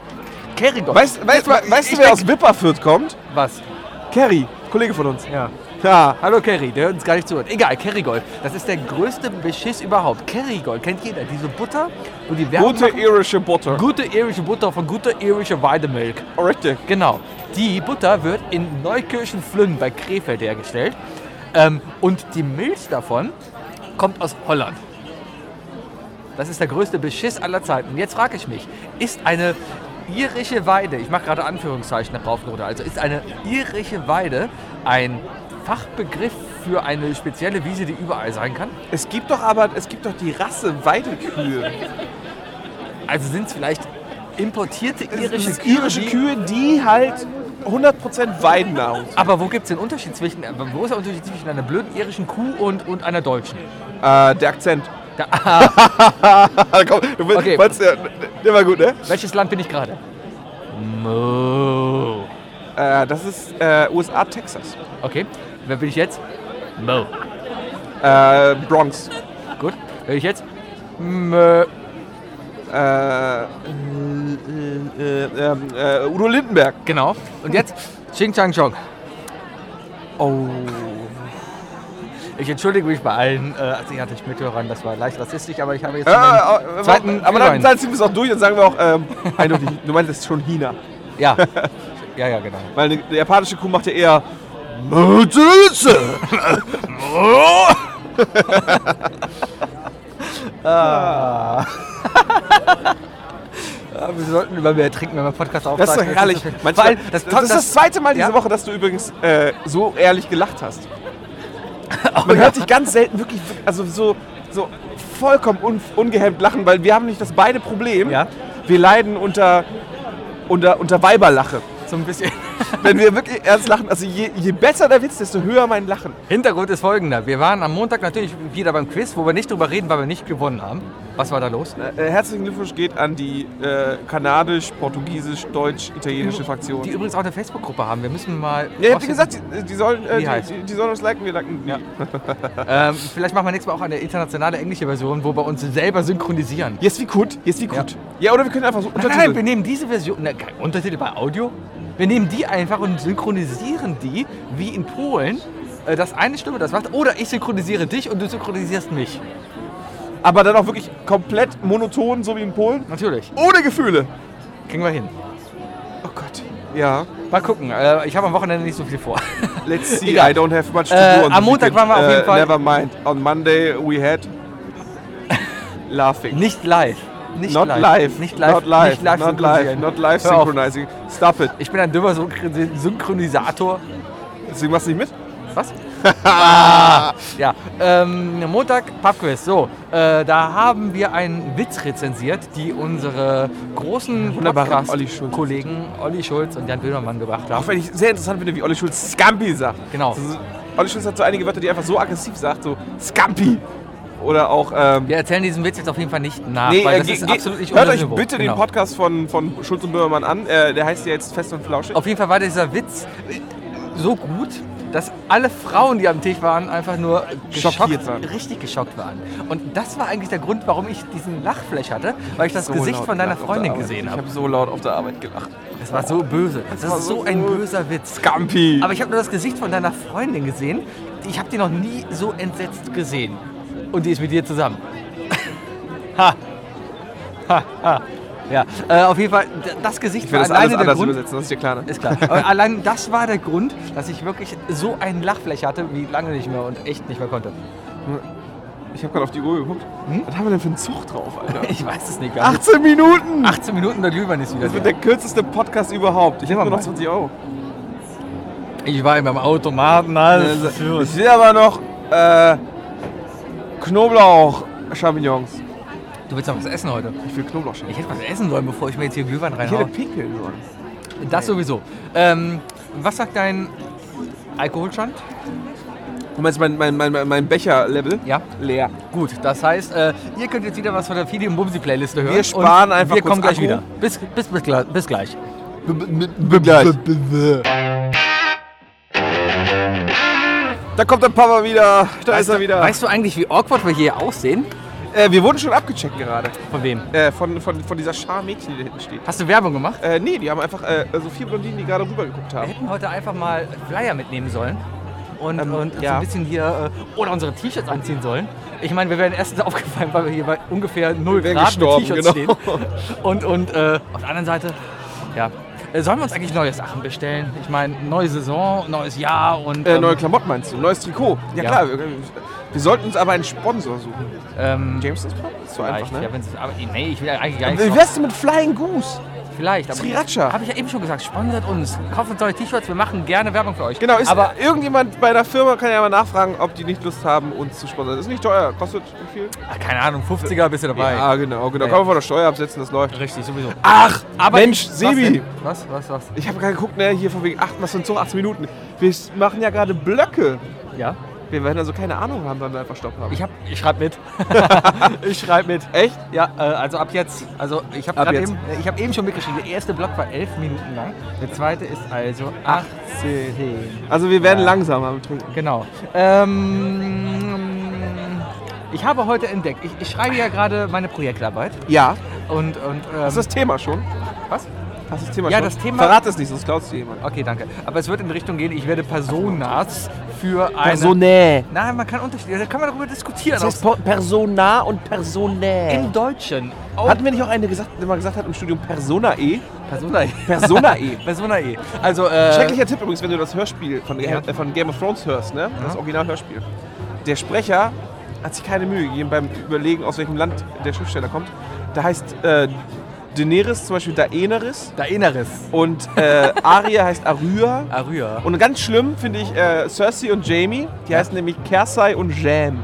Kerrygold. Weißt du, wer aus Wipperfürth kommt? was? Kerry, Kollege von uns. Ja. Ja. Hallo Kerry, der hört uns gar nicht zu. Egal, Kerrygold. Das ist der größte Beschiss überhaupt. Kerrygold, kennt jeder. Diese Butter, wo die Werbung Gute machen. irische Butter. Gute irische Butter von guter irischer Weidemilch. Oh, richtig. Genau. Die Butter wird in Neukirchen-Flünn bei Krefeld hergestellt. Und die Milch davon kommt aus Holland. Das ist der größte Beschiss aller Zeiten. Und jetzt frage ich mich, ist eine irische Weide, ich mache gerade Anführungszeichen nach rauf und runter, also ist eine irische Weide ein Fachbegriff für eine spezielle Wiese, die überall sein kann? Es gibt doch die Rasse Weidekühe. Also sind es vielleicht importierte irische Das Kühe? irische Kühe, die halt 100% Weidennahrung sind. Aber wo gibt es den Unterschied zwischen, wo ist der Unterschied zwischen einer blöden irischen Kuh und einer deutschen? Der Akzent. Komm, du Okay. wolltest ja, der war gut, ne? Welches Land bin ich gerade? Mo. Das ist USA, Texas. Okay, wer bin ich jetzt? Mo. Bronx. Gut, wer bin ich jetzt? Mö. Udo Lindenberg. Genau. Und jetzt? Xing Chang Chong. Oh. Ich entschuldige mich bei allen asiatischen Mithörern, das war leicht rassistisch, aber ich habe jetzt Aber zweiten dann ziehen wir es auch durch und sagen wir auch, eindeutig, du meinst es schon China. Ja. Ja, genau. Weil eine japanische Kuh macht ja eher Wir sollten über mehr trinken, wenn wir Podcast Das aufzeichnen. ist doch herrlich. Vor allem, Das ist das zweite Mal diese Ja? Woche, dass du übrigens so ehrlich gelacht hast. Man hört dich ganz selten wirklich, also so vollkommen ungehemmt lachen, weil wir haben nicht das beide Problem. Ja. Wir leiden unter Weiberlache. So ein bisschen. Wenn wir wirklich ernst lachen, also je besser der Witz, desto höher mein Lachen. Hintergrund ist folgender. Wir waren am Montag natürlich wieder beim Quiz, wo wir nicht drüber reden, weil wir nicht gewonnen haben. Was war da los? Herzlichen Glückwunsch geht an die kanadisch-portugiesisch-deutsch-italienische Fraktion. Die übrigens auch eine Facebook-Gruppe haben. Wir müssen mal... Ja, ich hab dir gesagt, die sollen heißt? die sollen uns liken, wir liken die. Ja. Vielleicht machen wir nächstes Mal auch eine internationale englische Version, wo wir uns selber synchronisieren. Yes, wie gut. Ja, oder wir können einfach so Nein, wir nehmen diese Version... Ne, kein Untertitel bei Audio. Wir nehmen die einfach und synchronisieren die, wie in Polen, dass eine Stimme das macht. Oder ich synchronisiere dich und du synchronisierst mich. Aber dann auch wirklich komplett monoton, so wie in Polen. Natürlich. Ohne Gefühle. Kriegen wir hin. Oh Gott. Ja. Mal gucken. Ich habe am Wochenende nicht so viel vor. Let's see. Egal. I don't have much to do on am the Montag weekend. waren wir auf jeden Fall- Never mind. On Monday we had laughing. Nicht live. Nicht Not live. Nicht live. Not live. Nicht live. Not live. synchronisieren. Not live Hör auf. synchronizing. Stop it. Ich bin ein dümmer Synchronisator. Deswegen machst du nicht mit? Was? Ja, Montag Pubquiz. So, da haben wir einen Witz rezensiert, die unsere großen Wunderbare Olli Schulz. Kollegen Olli Schulz und Jan Böhmermann gebracht haben. Auch wenn ich sehr interessant finde, wie Olli Schulz Scampi sagt. Genau. Also, Olli Schulz hat so einige Wörter, die er einfach so aggressiv sagt, so Scampi. Oder auch. Wir erzählen diesen Witz jetzt auf jeden Fall nicht nach, weil das ist absolut nicht hört unser euch Niveau. bitte Genau. den Podcast von Schulz und Böhmermann an. Der heißt ja jetzt Fest und Flauschig. Auf jeden Fall war dieser Witz so gut, dass alle Frauen, die am Tisch waren, einfach nur Schockiert waren. richtig geschockt waren. Und das war eigentlich der Grund, warum ich diesen Lachflash hatte, weil ich das So Gesicht laut von deiner gelacht auf der Freundin Arbeit. gesehen Ich habe. habe so laut auf der Arbeit gelacht. Das war so böse. Das war ist so so ein gut. böser Witz. Scampi. Aber ich habe nur das Gesicht von deiner Freundin gesehen. Ich habe die noch nie so entsetzt gesehen. Und die ist mit dir zusammen. Ha. Ha. Ha. Ja, auf jeden Fall, das Gesicht Ich werde das war alles alleine der anders Grund. übersetzen, das ist dir klar, ne? Ist klar. Aber allein das war der Grund, dass ich wirklich so einen Lachflash hatte, wie lange nicht mehr und echt nicht mehr konnte. Ich habe gerade auf die Uhr geguckt. Was haben wir denn für einen Zug drauf, Alter? Ich weiß es nicht gar nicht. 18 Minuten! 18 Minuten, der Glühwein ist wieder Das wird da. der kürzeste Podcast überhaupt. Ich Nehmen habe wir nur noch mal. 20 Euro. Ich war beim Automaten, alles. Ich sehe aber noch Knoblauch-Champignons. Du willst noch was essen heute? Ich will Knoblauch-Champignons. Ich hätte was essen sollen, bevor ich mir jetzt hier Glühwein Ich hätte reinhaue. pinkeln sollen. Das sowieso. Was sagt dein Alkoholstand? Du meinst mein Becher-Level? Ja. Leer. Gut, das heißt, ihr könnt jetzt wieder was von der Fidi und Bumsi Playliste hören. Wir sparen und einfach wir kurz kommen gleich Akku. wieder. Bis gleich. Gleich. Da kommt der Papa wieder. Da ist er wieder. Weißt du eigentlich, wie awkward wir hier aussehen? Wir wurden schon abgecheckt gerade. Von wem? Von dieser Schar Mädchen, die da hinten steht. Hast du Werbung gemacht? Nee, die haben einfach so 4 Blondinen, die gerade rübergeguckt Wir haben. hätten heute einfach mal Flyer mitnehmen sollen. und uns ja. ein bisschen hier oder unsere T-Shirts anziehen sollen. Ich meine, wir werden erstens aufgefallen, weil wir hier bei ungefähr 0 Wir wären Grad gestorben, mit T-Shirts genau. stehen. Und auf der anderen Seite, ja, sollen wir uns eigentlich neue Sachen bestellen? Ich meine, neue Saison, neues Jahr und... Neue Klamotten meinst du? Neues Trikot? Ja, Ja. klar. Wir sollten uns aber einen Sponsor suchen. Jamesons Pub? Ist so einfach, vielleicht, ne? ja, wenn es... Aber nee, ich will eigentlich gar nicht... Wie wär's denn mit Flying Goose? Vielleicht, aber... Sriracha. Habe ich ja eben schon gesagt, sponsert uns. Kauft uns neue T-Shirts, wir machen gerne Werbung für euch. Genau, aber irgendjemand bei der Firma kann ja mal nachfragen, ob die nicht Lust haben, uns zu sponsern. Das ist nicht teuer. Kostet wie viel? keine Ahnung, 50er bist du dabei. Ja, genau. Kann Ja. man von der Steuer absetzen, das läuft. Richtig, sowieso. Ach, Aber Mensch, was Sebi. denn? Was? Ich habe gerade geguckt, ne, hier von wegen 8, was für ein Zug, 18 Minuten. Wir machen ja gerade Blöcke. Ja? Wir werden also keine Ahnung haben, wann wir einfach Stopp haben. Ich schreibe mit. Ich schreibe mit. Echt? Ja, also ab jetzt. Also ich habe Ab gerade jetzt. eben schon mitgeschrieben. Der erste Block war 11 Minuten lang. Der zweite ist also 18. Also wir werden Ja. langsamer am Trinken. Genau. Ich habe heute entdeckt, ich schreibe ja gerade meine Projektarbeit. Ja. Und Hast du das Thema schon? was? Hast du das Thema Ja, schon? das Thema- Verrat es nicht, sonst klaust du jemand. Okay, danke. Aber es wird in Richtung gehen, ich werde Personas für eine... Personä. Nein, man kann unterschiedlich, da kann man darüber diskutieren. Das heißt Persona und Personä. Im Deutschen. Oh, Hatten wir nicht auch eine gesagt, die mal gesagt hat im Studium Personae? Personae. Personae. Personae. Also, Schrecklicher Tipp übrigens, wenn du das Hörspiel von Game of Thrones hörst, ne? Das Original-Hörspiel. Der Sprecher hat sich keine Mühe gegeben beim Überlegen, aus welchem Land der Schriftsteller kommt. Da heißt Daenerys zum Beispiel Daenerys Daenerys. und Arya heißt Arya. Arya. Und ganz schlimm finde ich Cersei und Jaime, die heißen nämlich Cersei und Jam.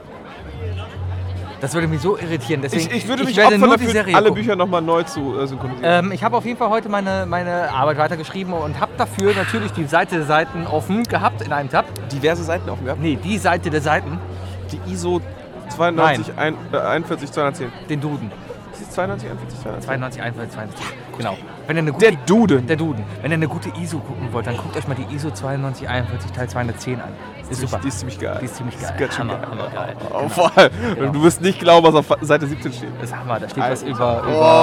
Das würde mich so irritieren. Deswegen, Ich würde mich werde opfern nur die dafür, Serie alle gucken. Bücher nochmal neu zu synchronisieren. Ich habe auf jeden Fall heute meine Arbeit weitergeschrieben und habe dafür natürlich die Seite der Seiten offen gehabt in einem Tab. Diverse Seiten offen gehabt. Nee, die Seite der Seiten, Die ISO 92 41 210. den Duden. Ist es 92 41 210? 92, 41, 92. Genau. Wenn ihr eine Der gute, Duden. der Duden. Wenn ihr eine gute ISO gucken wollt, dann guckt euch mal die ISO 92, 41 Teil 210 an. Ist super. Die ist ziemlich geil. Die ist ziemlich geil. ganz schön Hammer, geil. hammer geil. Oh, vor allem. Genau. Du wirst nicht glauben, was auf Seite 17 steht. Das ist Hammer, da steht was Alter. über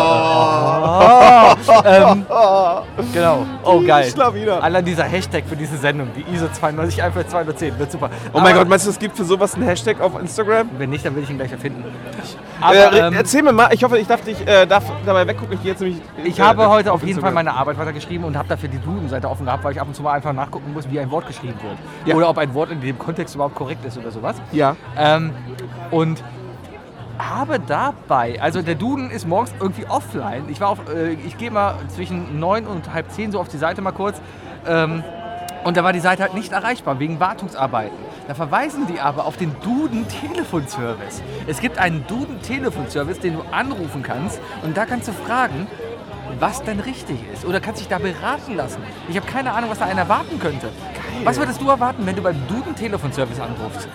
genau. Oh, geil. Schlawiner. Allein dieser Hashtag für diese Sendung, die ISO 92, 41, 210, wird super. Oh mein Aber Gott, meinst du, es gibt für sowas einen Hashtag auf Instagram? wenn nicht, dann will ich ihn gleich erfinden. Aber, Erzähl mir mal, ich hoffe, ich darf dabei weggucken. Ich gehe jetzt nämlich. ich habe heute auf jeden Fall Instagram. meine Arbeit weitergeschrieben und habe dafür die Duden-Seite offen gehabt, weil ich ab und zu mal einfach nachgucken muss, wie ein Wort geschrieben wird. Ja. Oder ob ein Wort in dem Kontext überhaupt korrekt ist oder sowas. Ja. Und habe dabei, also der Duden ist morgens irgendwie offline. Ich gehe mal zwischen 9 und halb 10 so auf die Seite mal kurz. Und da war die Seite halt nicht erreichbar, wegen Wartungsarbeiten. Da verweisen die aber auf den Duden-Telefonservice. Es gibt einen Duden-Telefonservice, den du anrufen kannst und da kannst du fragen, was denn richtig ist. Oder kannst dich da beraten lassen. Ich habe keine Ahnung, was da einer erwarten könnte. Geil. Was würdest du erwarten, wenn du beim Duden-Telefonservice anrufst?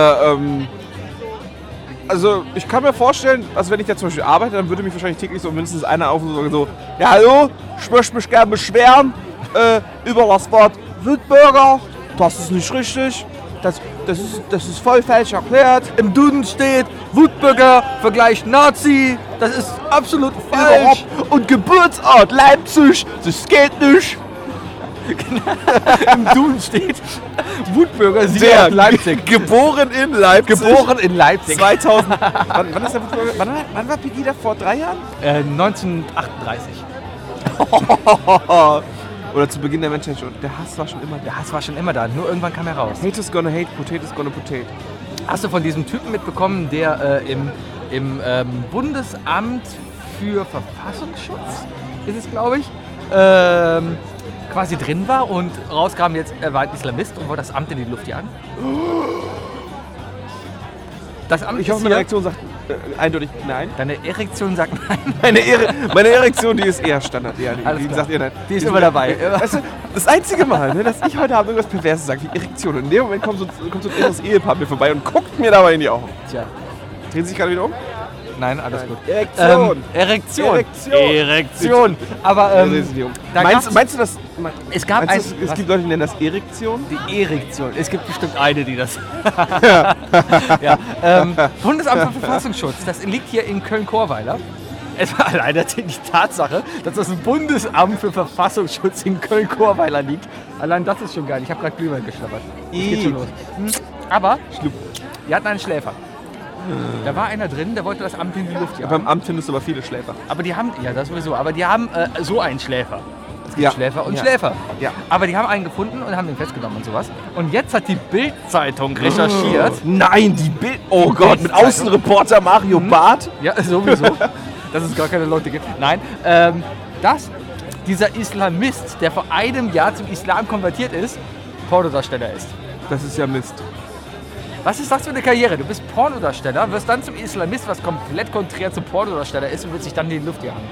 Also ich kann mir vorstellen, also wenn ich da zum Beispiel arbeite, dann würde mich wahrscheinlich täglich so mindestens einer auf und so, ja hallo, ich möchte mich gerne beschweren über das Wort Wildbürger. Das ist nicht richtig. Das ist voll falsch erklärt. Im Duden steht Wutbürger vergleicht Nazi. Das ist absolut Überhaupt. Und Geburtsort Leipzig, das geht nicht. Im Duden steht Wutbürger Der Leipzig. Geboren in Leipzig. Geboren in Leipzig. 2000. Wann ist der Wutbürger? Wann war Pegida? Vor 3 Jahren? 1938. Oder zu Beginn der Menschheit schon. Der Hass war schon immer da. Der Hass war schon immer da, nur irgendwann kam er raus. Hate is gonna hate, potato is gonna potato. Hast du von diesem Typen mitbekommen, der im Bundesamt für Verfassungsschutz, ist es glaube ich, quasi drin war und rauskam jetzt, er war ein Islamist und wollte das Amt in die Luft jagen? Das Amt Ich hoffe, ist meine hier. Reaktion sagt eindeutig nein. Deine Erektion sagt nein. Meine Erektion, die ist eher Standard. Ja, Alles die klar. sagt ihr nein. Die ist immer dabei. Weißt du, das einzige Mal, ne, dass ich heute Abend irgendwas Perverses sage, wie Erektion. Und in dem Moment kommt so ein inneres Ehepaar mir vorbei und guckt mir dabei in die Augen. Tja, Drehen Sie sich gerade wieder um? nein, alles gut. Erektion. Erektion. Erektion. Erektion. Aber Drehen Sie sich um. da gab's- Meinst du das? es gab Meinst du, es gibt Leute, die nennen das Erektion? die Erektion. Es gibt bestimmt eine, die das. ja. Bundesamt für Verfassungsschutz. Das liegt hier in Köln-Chorweiler. Es war alleine die Tatsache, dass das Bundesamt für Verfassungsschutz in Köln-Chorweiler liegt. Allein das ist schon geil. Ich habe gerade Glühwein geschlappert. Das geht schon los. Aber wir hatten einen Schläfer. Da war einer drin, der wollte das Amt in die Luft jagen. Beim Amt findest du aber viele Schläfer. Aber die haben, ja das sowieso, aber die haben so einen Schläfer. Es gibt Ja. Schläfer und Ja. Schläfer. Ja. Aber die haben einen gefunden und haben den festgenommen und sowas. Und jetzt hat die Bild-Zeitung recherchiert. Nein, die Bild. Oh Gott, mit Bild-Zeitung. Außenreporter Mario Barth. Ja, sowieso. Dass es gar keine Leute gibt. Nein, dass dieser Islamist, der vor einem Jahr zum Islam konvertiert ist, Pornodarsteller ist. Das ist ja Mist. Was ist das für eine Karriere? Du bist Pornodarsteller, wirst dann zum Islamist, was komplett konträr zum Pornodarsteller ist und willst dich dann in die Luft jagen.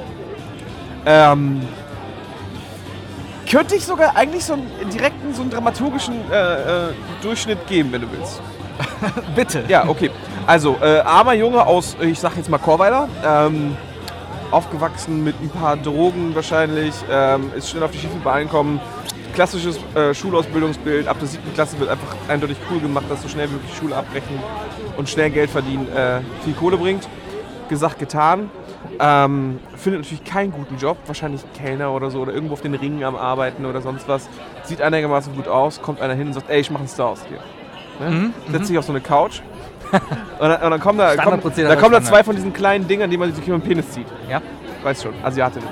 Könnte ich sogar eigentlich so einen direkten, so einen dramaturgischen Durchschnitt geben, wenn du willst. Bitte. Ja, okay. Also, armer Junge aus, ich sag jetzt mal Chorweiler, aufgewachsen mit ein paar Drogen wahrscheinlich, ist schnell auf die schiefe Bahn gekommen. Klassisches Schulausbildungsbild, ab der 7. Klasse wird einfach eindeutig cool gemacht, dass so schnell wie möglich Schule abbrechen und schnell Geld verdienen viel Kohle bringt. Gesagt, getan. Findet natürlich keinen guten Job, wahrscheinlich Kellner oder so oder irgendwo auf den Ringen am Arbeiten oder sonst was. Sieht einigermaßen gut aus, kommt einer hin und sagt, ey, ich mach einen Star aus dir. Ne? Setzt sich auf so eine Couch und dann kommen da Standardprozedere zwei von diesen kleinen Dingern, die man sich über den Penis zieht. Ja. Weiß schon, Asiatin.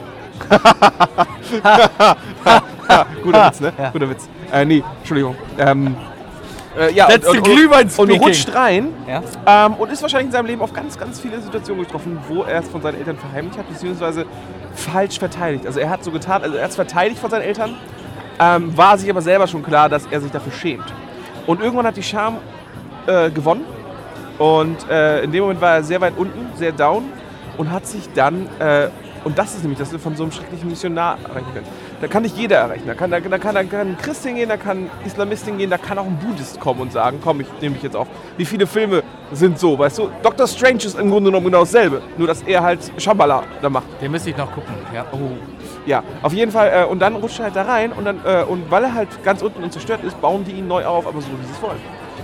Guter Witz, ne? Ja. Guter Witz. Nee, Entschuldigung. Ja, That's the Glühwein und speaking. rutscht rein Ja. und ist wahrscheinlich in seinem Leben auf ganz, ganz viele Situationen getroffen, wo er es von seinen Eltern verheimlicht hat, beziehungsweise falsch verteidigt. Also er hat so getan, also er hat es verteidigt von seinen Eltern, war sich aber selber schon klar, dass er sich dafür schämt. Und irgendwann hat die Scham gewonnen und in dem Moment war er sehr weit unten, sehr down und hat sich dann, und das ist nämlich, dass wir von so einem schrecklichen Missionar erreichen können. Da kann nicht jeder erreichen. Da kann ein Christ hingehen, da kann ein Islamist hingehen, da kann auch ein Buddhist kommen und sagen, komm, ich nehme dich jetzt auf. Wie viele Filme sind so, weißt du? Dr. Strange ist im Grunde genommen genau dasselbe, nur dass er halt Shambhala da macht. Den müsste ich noch gucken. Ja. Oh. Ja, auf jeden Fall. Und dann rutscht er halt da rein und dann und weil er halt ganz unten und zerstört ist, bauen die ihn neu auf, aber so wie sie es wollen.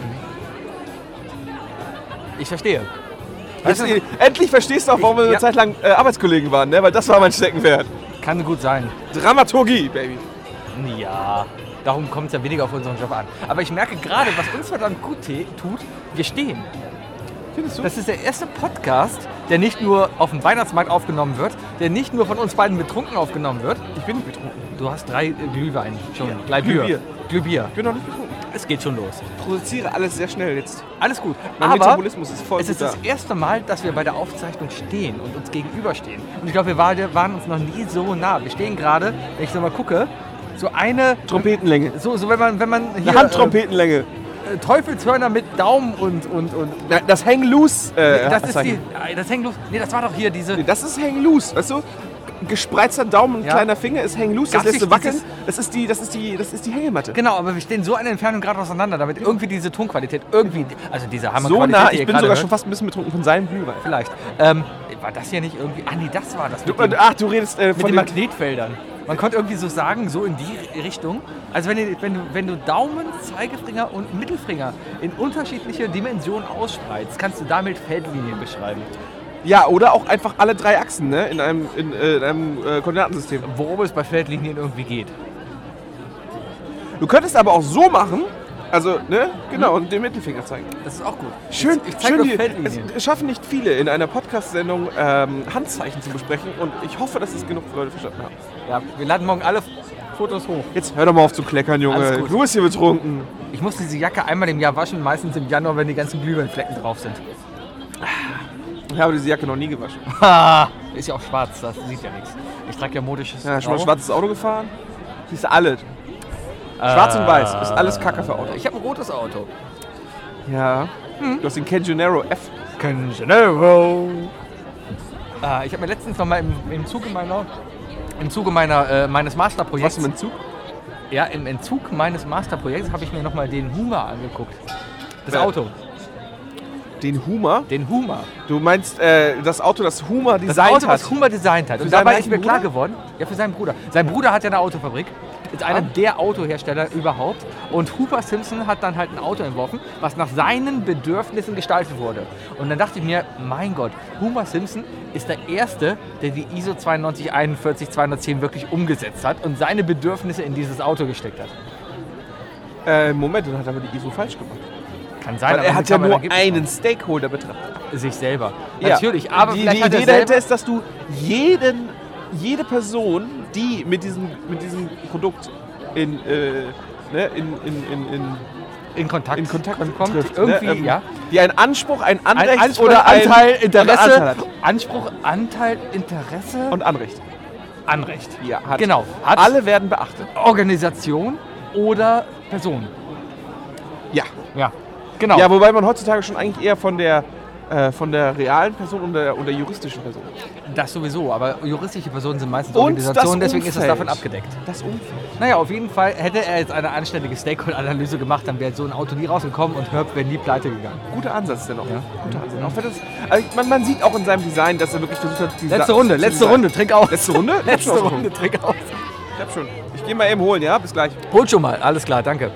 Ich verstehe. Endlich verstehst du auch, warum wir eine Zeit lang Arbeitskollegen waren, ne? Weil das war mein Steckenpferd. Kann gut sein. Dramaturgie, Baby. Ja, darum kommt es ja weniger auf unseren Job an. Aber ich merke gerade, was uns verdammt gut tut, wir stehen. Findest du? Das ist der erste Podcast, der nicht nur auf dem Weihnachtsmarkt aufgenommen wird, der nicht nur von uns beiden betrunken aufgenommen wird. Ich bin nicht betrunken. Du hast 3 Glühwein schon. Ja. Glühbier. Ich bin noch nicht betrunken. Es geht schon los. Ich produziere alles sehr schnell jetzt. Alles gut. Mein Aber Metabolismus ist voll es ist gut das erste Mal, dass wir bei der Aufzeichnung stehen und uns gegenüberstehen. Und ich glaube, wir waren uns noch nie so nah. Wir stehen gerade, wenn ich so mal gucke, so eine Trompetenlänge. So wenn man hier Eine Handtrompetenlänge. Teufelshörner mit Daumen und Das Hang Loose. das ist das Hang Loose. Nee, das war doch hier diese. Nee, das ist Hang Loose, weißt du? Gespreizter Daumen und Ja. kleiner Finger ist Hang Loose, Gab's das lässt du nicht wackeln. Das ist die Hängematte. Genau, aber wir stehen so an der Entfernung gerade auseinander, damit irgendwie diese Tonqualität irgendwie, also diese So Hammerqualität, nah, die ich ihr bin gerade sogar hört, schon fast ein bisschen betrunken von seinem Glühwein. vielleicht. War das hier nicht irgendwie? Ah nee, das war das. Ach, du redest Mit von den den... Magnetfeldern. Man konnte irgendwie so sagen, so in die Richtung. Also wenn du Daumen, Zeigefinger und Mittelfinger in unterschiedliche Dimensionen ausspreizt, kannst du damit Feldlinien beschreiben. Ja, oder auch einfach alle 3 Achsen, ne? In einem Koordinatensystem. Worum es bei Feldlinien irgendwie geht. Du könntest aber auch so machen, also, ne? Genau, und den Mittelfinger zeigen. Das ist auch gut. Schön, ich zeig schön nur Feldlinien. es schaffen nicht viele in einer Podcast-Sendung Handzeichen zu besprechen und ich hoffe, dass es genug Leute verstanden haben. Ja, wir laden morgen alle Fotos hoch. Jetzt hör doch mal auf zu kleckern, Alles Junge. gut. Du bist hier betrunken. Ich muss diese Jacke einmal im Jahr waschen, meistens im Januar, wenn die ganzen Glühweinflecken drauf sind. Ich habe diese Jacke noch nie gewaschen. Ist ja auch schwarz, das sieht ja nichts. Ich trage ja modisches Ja, schon mal Grau. schwarzes Auto gefahren? Siehst du alles. Schwarz und weiß ist alles Kacke für Autos. Ich habe ein rotes Auto. Ja. Du hast den Canjonero F. Canjonero. Ich habe mir letztens noch mal im Zuge meines Masterprojekts... Was im Entzug? Ja, im Entzug meines Masterprojekts habe ich mir noch mal den Hummer angeguckt. Das Wer? Auto. Den Hummer? Den Hummer. Du meinst das Auto, das Hummer Das designt Auto, hat? was Hummer designt hat. Für Und seinen dabei ist reichen mir klar Bruder? geworden, ja, für seinen Bruder. Sein Bruder hat ja eine Autofabrik. ist einer der Autohersteller überhaupt. Und Hooper Simpson hat dann halt ein Auto entworfen, was nach seinen Bedürfnissen gestaltet wurde. Und dann dachte ich mir, mein Gott, Hooper Simpson ist der Erste, der die ISO 9241-210 wirklich umgesetzt hat und seine Bedürfnisse in dieses Auto gesteckt hat. Moment, dann hat er aber die ISO falsch gemacht. Kann sein, Weil er hat ja nur mittlerweile gibt's einen Stakeholder betrachtet. noch sich selber. Ja. Natürlich, aber die vielleicht hat er Idee dahinter selber ist, dass du jede Person, die mit diesem Produkt in in Kontakt kommt, trifft, irgendwie, ne? ja. Die einen Anspruch, ein Ein Anrecht Anspruch, oder Anteil, Interesse, Anteil hat. Anspruch, Anteil, Interesse Und Anrecht. Anrecht. Ja, hat. Genau. Hat Alle werden beachtet. Organisation oder Person. Ja. Ja, genau. Ja, wobei man heutzutage schon eigentlich eher von der realen Person und der juristischen Person. Das sowieso, aber juristische Personen sind meistens Und Organisationen, das deswegen ist es Umfeld. davon abgedeckt. Das Umfeld. Naja, auf jeden Fall hätte er jetzt eine anständige Stakeholder-Analyse gemacht, dann wäre so ein Auto nie rausgekommen und Herb wäre nie pleite gegangen. Guter Ansatz dennoch. Ja. Guter Ansatz. Auch wenn das, also man sieht auch in seinem Design, dass er wirklich versucht hat, die Letzte Runde, trink aus. Letzte Runde? Letzte Runde, trink aus. Ich hab schon. Ich gehe mal eben holen, ja? Bis gleich. Hol schon mal, alles klar, danke.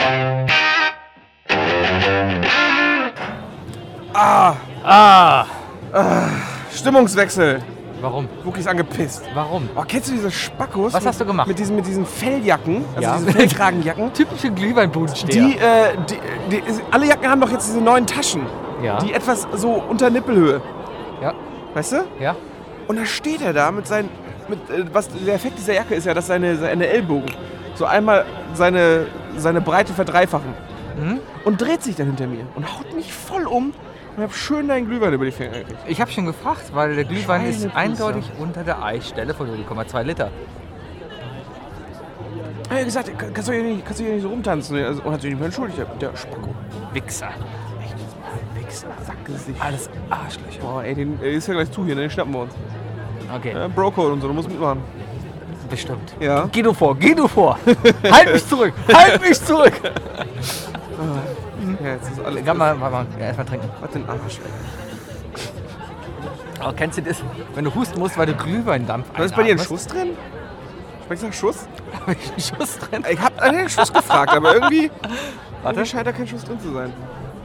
Stimmungswechsel. Warum? Wookie ist angepisst. Warum? Oh, kennst du diese Spackos? Was hast du gemacht? Mit diesen Felljacken, also Ja. diese Fellkragenjacken. Typische Glühweinbudensteher. Alle Jacken haben doch jetzt diese neuen Taschen. Ja. Die etwas so unter Nippelhöhe. Ja, Weißt du? ja. Und da steht er da mit seinen. Was der Effekt dieser Jacke ist ja, dass seine Ellbogen so einmal seine Breite verdreifachen. Mhm. Und dreht sich dann hinter mir und haut mich voll um und hab schön deinen Glühwein über die Finger gekriegt. Ich habe schon gefragt, weil der Glühwein ist Schweinefüße. eindeutig unter der Eisstelle von 0,2 Liter. Er hat gesagt, kannst du hier nicht so rumtanzen? Also, und hat sich nicht mehr entschuldigt, der Spacko. Wichser. Wichser, Sackgesicht. Alles Arschlöcher. Boah, ey, den ist ja gleich zu hier, ne? Den schnappen wir uns. Okay, Ja, Bro-Code und so, du musst mitmachen. bestimmt. Ja. Geh du vor, geh du vor. Halt mich zurück, halt mich zurück. Ja, jetzt ist alles. Geh mal, ja, erstmal trinken. Was den Arsch. Aber kennst du das, wenn du husten musst, weil du Glühweindampf Was ist bei dir ein einatmest? Schuss drin? Schmeckt's nach Schuss? Hab ich einen Schuss drin? Ich hab einen Schuss gefragt, aber irgendwie Warte. scheint da kein Schuss drin zu sein.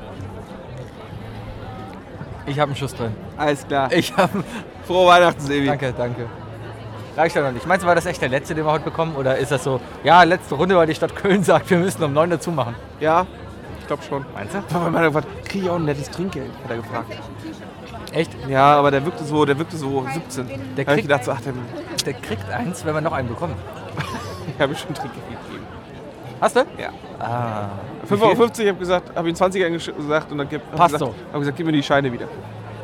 Ich habe einen Schuss drin. Alles klar. Ich habe. Frohe Weihnachten, Sebi. Danke, danke. Reicht ja noch nicht. Meinst du, war das echt der letzte, den wir heute bekommen? Oder ist das so, ja, letzte Runde, weil die Stadt Köln sagt, wir müssen um 9 dazu machen? Ja, ich glaube schon. Meinst du? Papa hat gefragt, kriege ich auch ein nettes Trinkgeld? Hat er gefragt. Echt? Ja, aber der wirkte so 17. Der Da hab ich kriegt- gedacht, so, ach, Der kriegt eins, wenn wir noch einen bekommen. ich habe schon Trinkgeld gegeben. Hast du? Ja. Ah. 5,50 € habe ich einen 20er gesagt und dann Passt so. Hab gesagt, gib mir die Scheine wieder.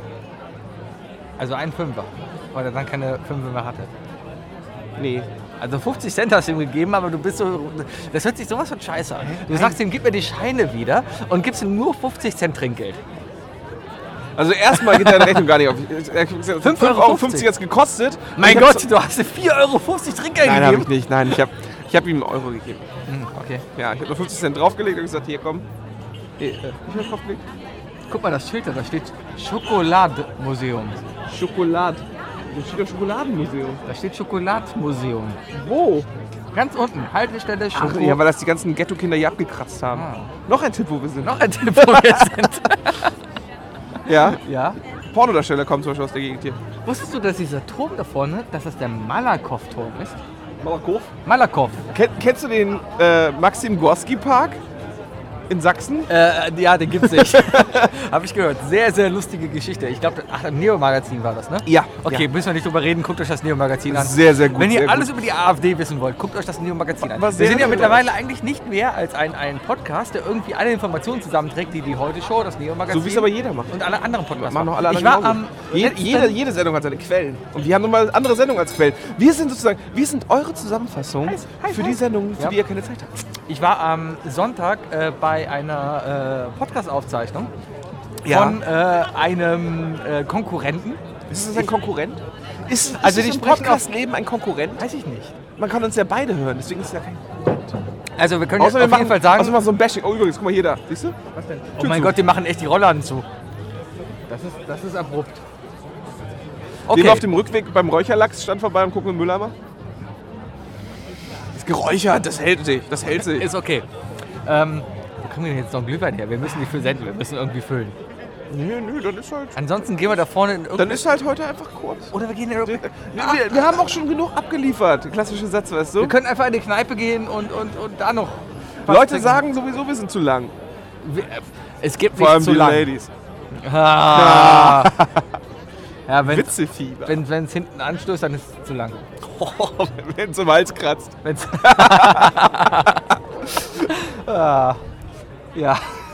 Also ein Fünfer. Weil er dann keine Fünfe mehr hatte. Nee. Also 50 Cent hast du ihm gegeben, aber du bist so. Das hört sich sowas von scheiße an. Du sagst ihm, gib mir die Scheine wieder und gibst ihm nur 50 Cent Trinkgeld. Also erstmal geht deine Rechnung gar nicht auf. 5,50 € hat es gekostet. Mein Ich hab Gott, du hast ihm 4,50 € Trinkgeld Nein, habe ich gegeben. nicht. Nein, ich hab ihm einen Euro gegeben. Okay. Ja, ich habe nur 50 Cent draufgelegt und gesagt, hier komm. Ich habe draufgelegt. Guck mal, das Schild da steht Schokoladmuseum. Schokolade. Da steht doch Schokoladenmuseum. Da steht Schokoladmuseum. Wo? Ganz unten, Haltestelle Ach Schoko. ja, weil das die ganzen Ghetto-Kinder hier abgekratzt haben. Ah. Noch ein Tipp, wo wir sind. Noch ein Tipp, wo wir sind. Ja. Ja. Pornodarsteller kommen zum Beispiel aus der Gegend hier. Wusstest du, dass dieser Turm da vorne, dass das der Malakow-Turm ist? Malakow. Malakow. Kennst du den Maxim Gorski Park in Sachsen? Ja, den gibt's nicht. Habe ich gehört. Sehr, sehr lustige Geschichte. Ich glaube, im Neo-Magazin war das, ne? Ja. Okay, müssen wir nicht drüber reden. Guckt euch das Neo-Magazin an. Sehr, sehr gut. Wenn ihr sehr alles gut. über die AfD wissen wollt, guckt euch das Neo-Magazin an. War Wir sehr sind ja relevant. mittlerweile eigentlich nicht mehr als ein Podcast, der irgendwie alle Informationen zusammenträgt, die Heute-Show, das Neo-Magazin. So wie es aber jeder macht. Und alle anderen Podcasts. Machen noch alle ich anderen war genauso. am letzten- Jede Sendung hat seine Quellen. Und wir haben nochmal andere Sendungen als Quellen. Wir sind eure Zusammenfassung für die Sendungen, für Ja. die ihr keine Zeit habt. Ich war am Sonntag bei einer Podcast-Aufzeichnung Ja. von einem Konkurrenten. Ist das ein Konkurrent? Ist Also das die im sprechen Podcast-Leben ein Konkurrent? Weiß ich nicht. Man kann uns ja beide hören, deswegen ist es ja kein Konkurrent. Also wir können Außer jetzt auf jeden Fall sagen... Außer wir machen so ein Bashing. Oh, übrigens, guck mal hier da. Siehst du? Was denn? Oh mein Gott, die machen echt die Rollladen zu. Das ist abrupt. Gehen wir auf dem Rückweg beim Räucherlachs stand vorbei und gucken im Mülleimer. Geräuchert, das hält sich. Ist okay. Wo kriegen wir denn jetzt noch einen Glühwein her? Wir müssen nicht versenden, wir müssen irgendwie füllen. Nö, dann ist halt... Ansonsten gehen wir da vorne in Dann ist halt heute einfach kurz. Oder wir gehen in Wir haben auch schon genug abgeliefert. Klassische Sätze, weißt du? Wir können einfach in die Kneipe gehen und da noch. Leute trinken. sagen sowieso, wir sind zu lang. Es gibt Vor allem nicht zu die lang. Ladies. Ah. Ja, Witzefieber. wenn es hinten anstößt, dann ist es zu lang. Wenn es im Hals kratzt. Wenn's ah. Ja.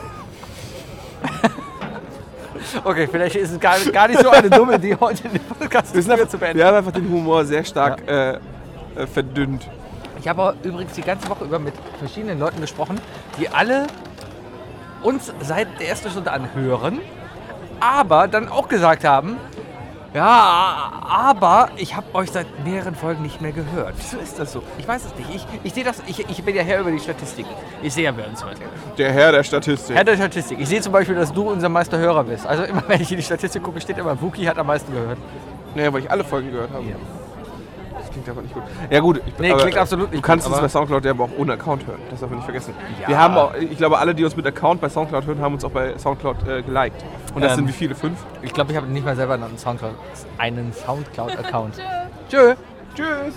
Okay, vielleicht ist es gar nicht so eine dumme Idee, heute den Podcast zu beenden. Wir haben einfach den Humor sehr stark verdünnt. Ich habe übrigens die ganze Woche über mit verschiedenen Leuten gesprochen, die alle uns seit der ersten Stunde anhören, aber dann auch gesagt haben, ja, aber ich habe euch seit mehreren Folgen nicht mehr gehört. Wieso ist das so? Ich weiß es nicht. Ich sehe das, ich bin ja Herr über die Statistiken. Ich sehe ja bei uns heute. Der Herr der Statistik. Herr der Statistik. Ich sehe zum Beispiel, dass du unser meister Hörer bist. Also immer wenn ich in die Statistik gucke, steht immer, Wookie hat am meisten gehört. Naja, weil ich alle Folgen gehört habe. Ja. Das klingt aber nicht gut. Ja gut. Klingt absolut nicht Du kannst gut, es aber- bei Soundcloud ja aber auch ohne Account hören. Das darf man nicht vergessen. Ja. Wir haben auch, ich glaube, alle, die uns mit Account bei Soundcloud hören, haben uns auch bei Soundcloud geliked. Und das sind wie viele? 5? Ich glaube, ich habe nicht mal selber einen Soundcloud-Account. Tschö. Tschüss.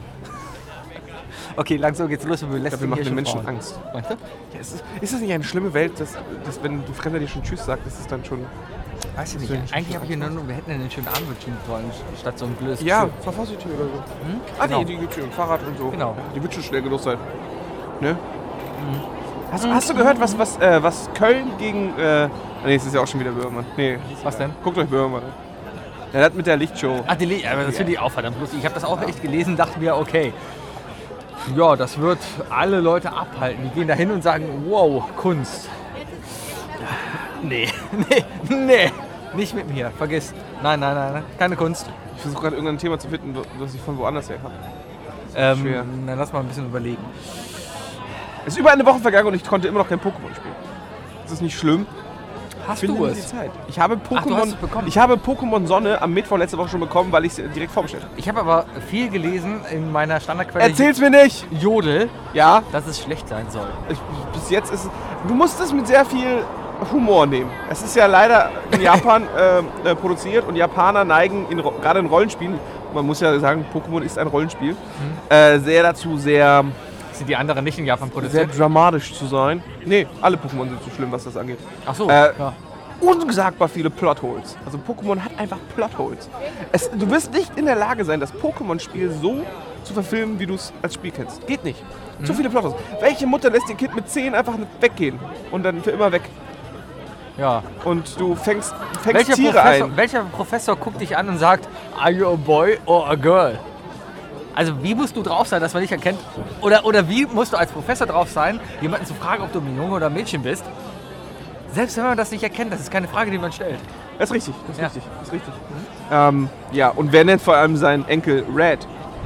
Okay, langsam geht's los. Wir Ich glaube, wir machen den Menschen Frauen. Angst. Meinst du? Ja, ist das nicht eine schlimme Welt, dass wenn die Fremder dir schon Tschüss sagt, das ist dann schon... Weiß ich nicht. Eigentlich habe ich hier nur, wir hätten einen schönen Abend wünschen sollen, statt so ein blödes Ja, Gefühl. Verfassungstür oder so. Genau. Die gibt schon Fahrrad und so. Genau. Die wird schon schnell genug sein. Ne? Hast du gehört, was Köln gegen... nee, es ist ja auch schon wieder Böhmermann. Nee, Was denn? guckt euch Böhmermann an. Der hat mit der Lichtshow... Ach, aber das finde ich auch verdammt lustig. Ich habe das auch echt gelesen, dachte mir, okay, ja, das wird alle Leute abhalten. Die gehen da hin und sagen, wow, Kunst. Nee, nicht mit mir, vergiss. Nein, keine Kunst. Ich versuche gerade irgendein Thema zu finden, das ich von woanders her habe. schwer. Dann lass mal ein bisschen überlegen. Es ist über eine Woche vergangen und ich konnte immer noch kein Pokémon spielen. Das ist nicht schlimm. Hast Finde du nicht die es? Zeit. Ich habe Ach, du hast es bekommen. Pokémon Sonne am Mittwoch letzte Woche schon bekommen, weil ich es direkt vorbestellt habe. Ich habe aber viel gelesen in meiner Standardquelle Erzähl's mir nicht! Jodel, Ja, dass es schlecht sein soll. bis jetzt ist es... Du musst es mit sehr viel Humor nehmen. Es ist ja leider in Japan produziert und Japaner neigen, gerade in Rollenspielen, man muss ja sagen, Pokémon ist ein Rollenspiel, sehr dazu, sehr Sind die anderen nicht in Japan produziert? dramatisch zu sein. Nee, alle Pokémon sind so schlimm, was das angeht. Ach so, Äh, ja. Unsagbar viele Plotholes. Also Pokémon hat einfach Plotholes. Du wirst nicht in der Lage sein, das Pokémon-Spiel so zu verfilmen, wie du es als Spiel kennst. Geht nicht. Zu viele Plotholes. Welche Mutter lässt ihr Kind mit 10 einfach weggehen und dann für immer weg? Ja. Und du fängst Welcher Tiere ein. welcher Professor guckt dich an und sagt, are you a boy or a girl? Also wie musst du drauf sein, dass man dich erkennt? Oder wie musst du als Professor drauf sein, jemanden zu fragen, ob du ein Junge oder ein Mädchen bist? Selbst wenn man das nicht erkennt, das ist keine Frage, die man stellt. Das ist richtig. Das ist Ja. richtig. Das ist richtig. Ja, und wer nennt vor allem seinen Enkel Red?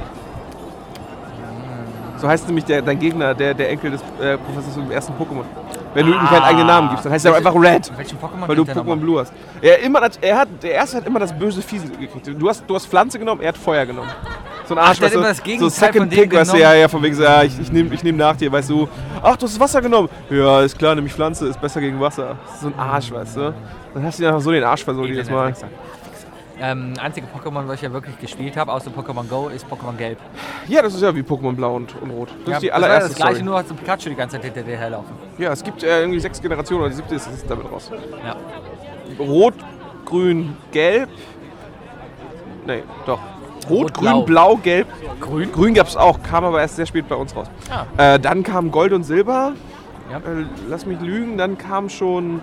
So heißt nämlich dein Gegner, der Enkel des Professors im ersten Pokémon. Wenn du ihm keinen eigenen Namen gibst, dann heißt er einfach Red. Welchen Pokémon Weil du kennt der Pokémon nochmal? Blue hast. Der erste hat immer das böse Fiese gekriegt. Du hast Pflanze genommen, er hat Feuer genommen. So ein Arsch, der hat weißt du, immer das Gegenteil so Second von dem Pick, weißt du, genommen. ja, von wegen so, ja, ich nehm nach dir, weißt du. Ach, du hast das Wasser genommen. Ja, ist klar, nämlich Pflanze ist besser gegen Wasser. So ein Arsch, weißt du. Dann hast du dir einfach so den Arsch versohlt jedes Mal. Einzige Pokémon, was ich ja wirklich gespielt habe, außer Pokémon Go, ist Pokémon Gelb. Ja, das ist ja wie Pokémon Blau und Rot. Das ist die war ja allererste das gleiche, Story. nur hat so Pikachu die ganze Zeit hinter dir herlaufen. Ja, es gibt irgendwie 6 Generationen, oder die 7. ist damit raus. Ja. Rot, Grün, Gelb. Nee, doch. Rot, Rot, Grün, Blau, Gelb. Grün? Grün gab es auch, kam aber erst sehr spät bei uns raus. Dann kam Gold und Silber. Ja. Lass mich lügen, dann kam schon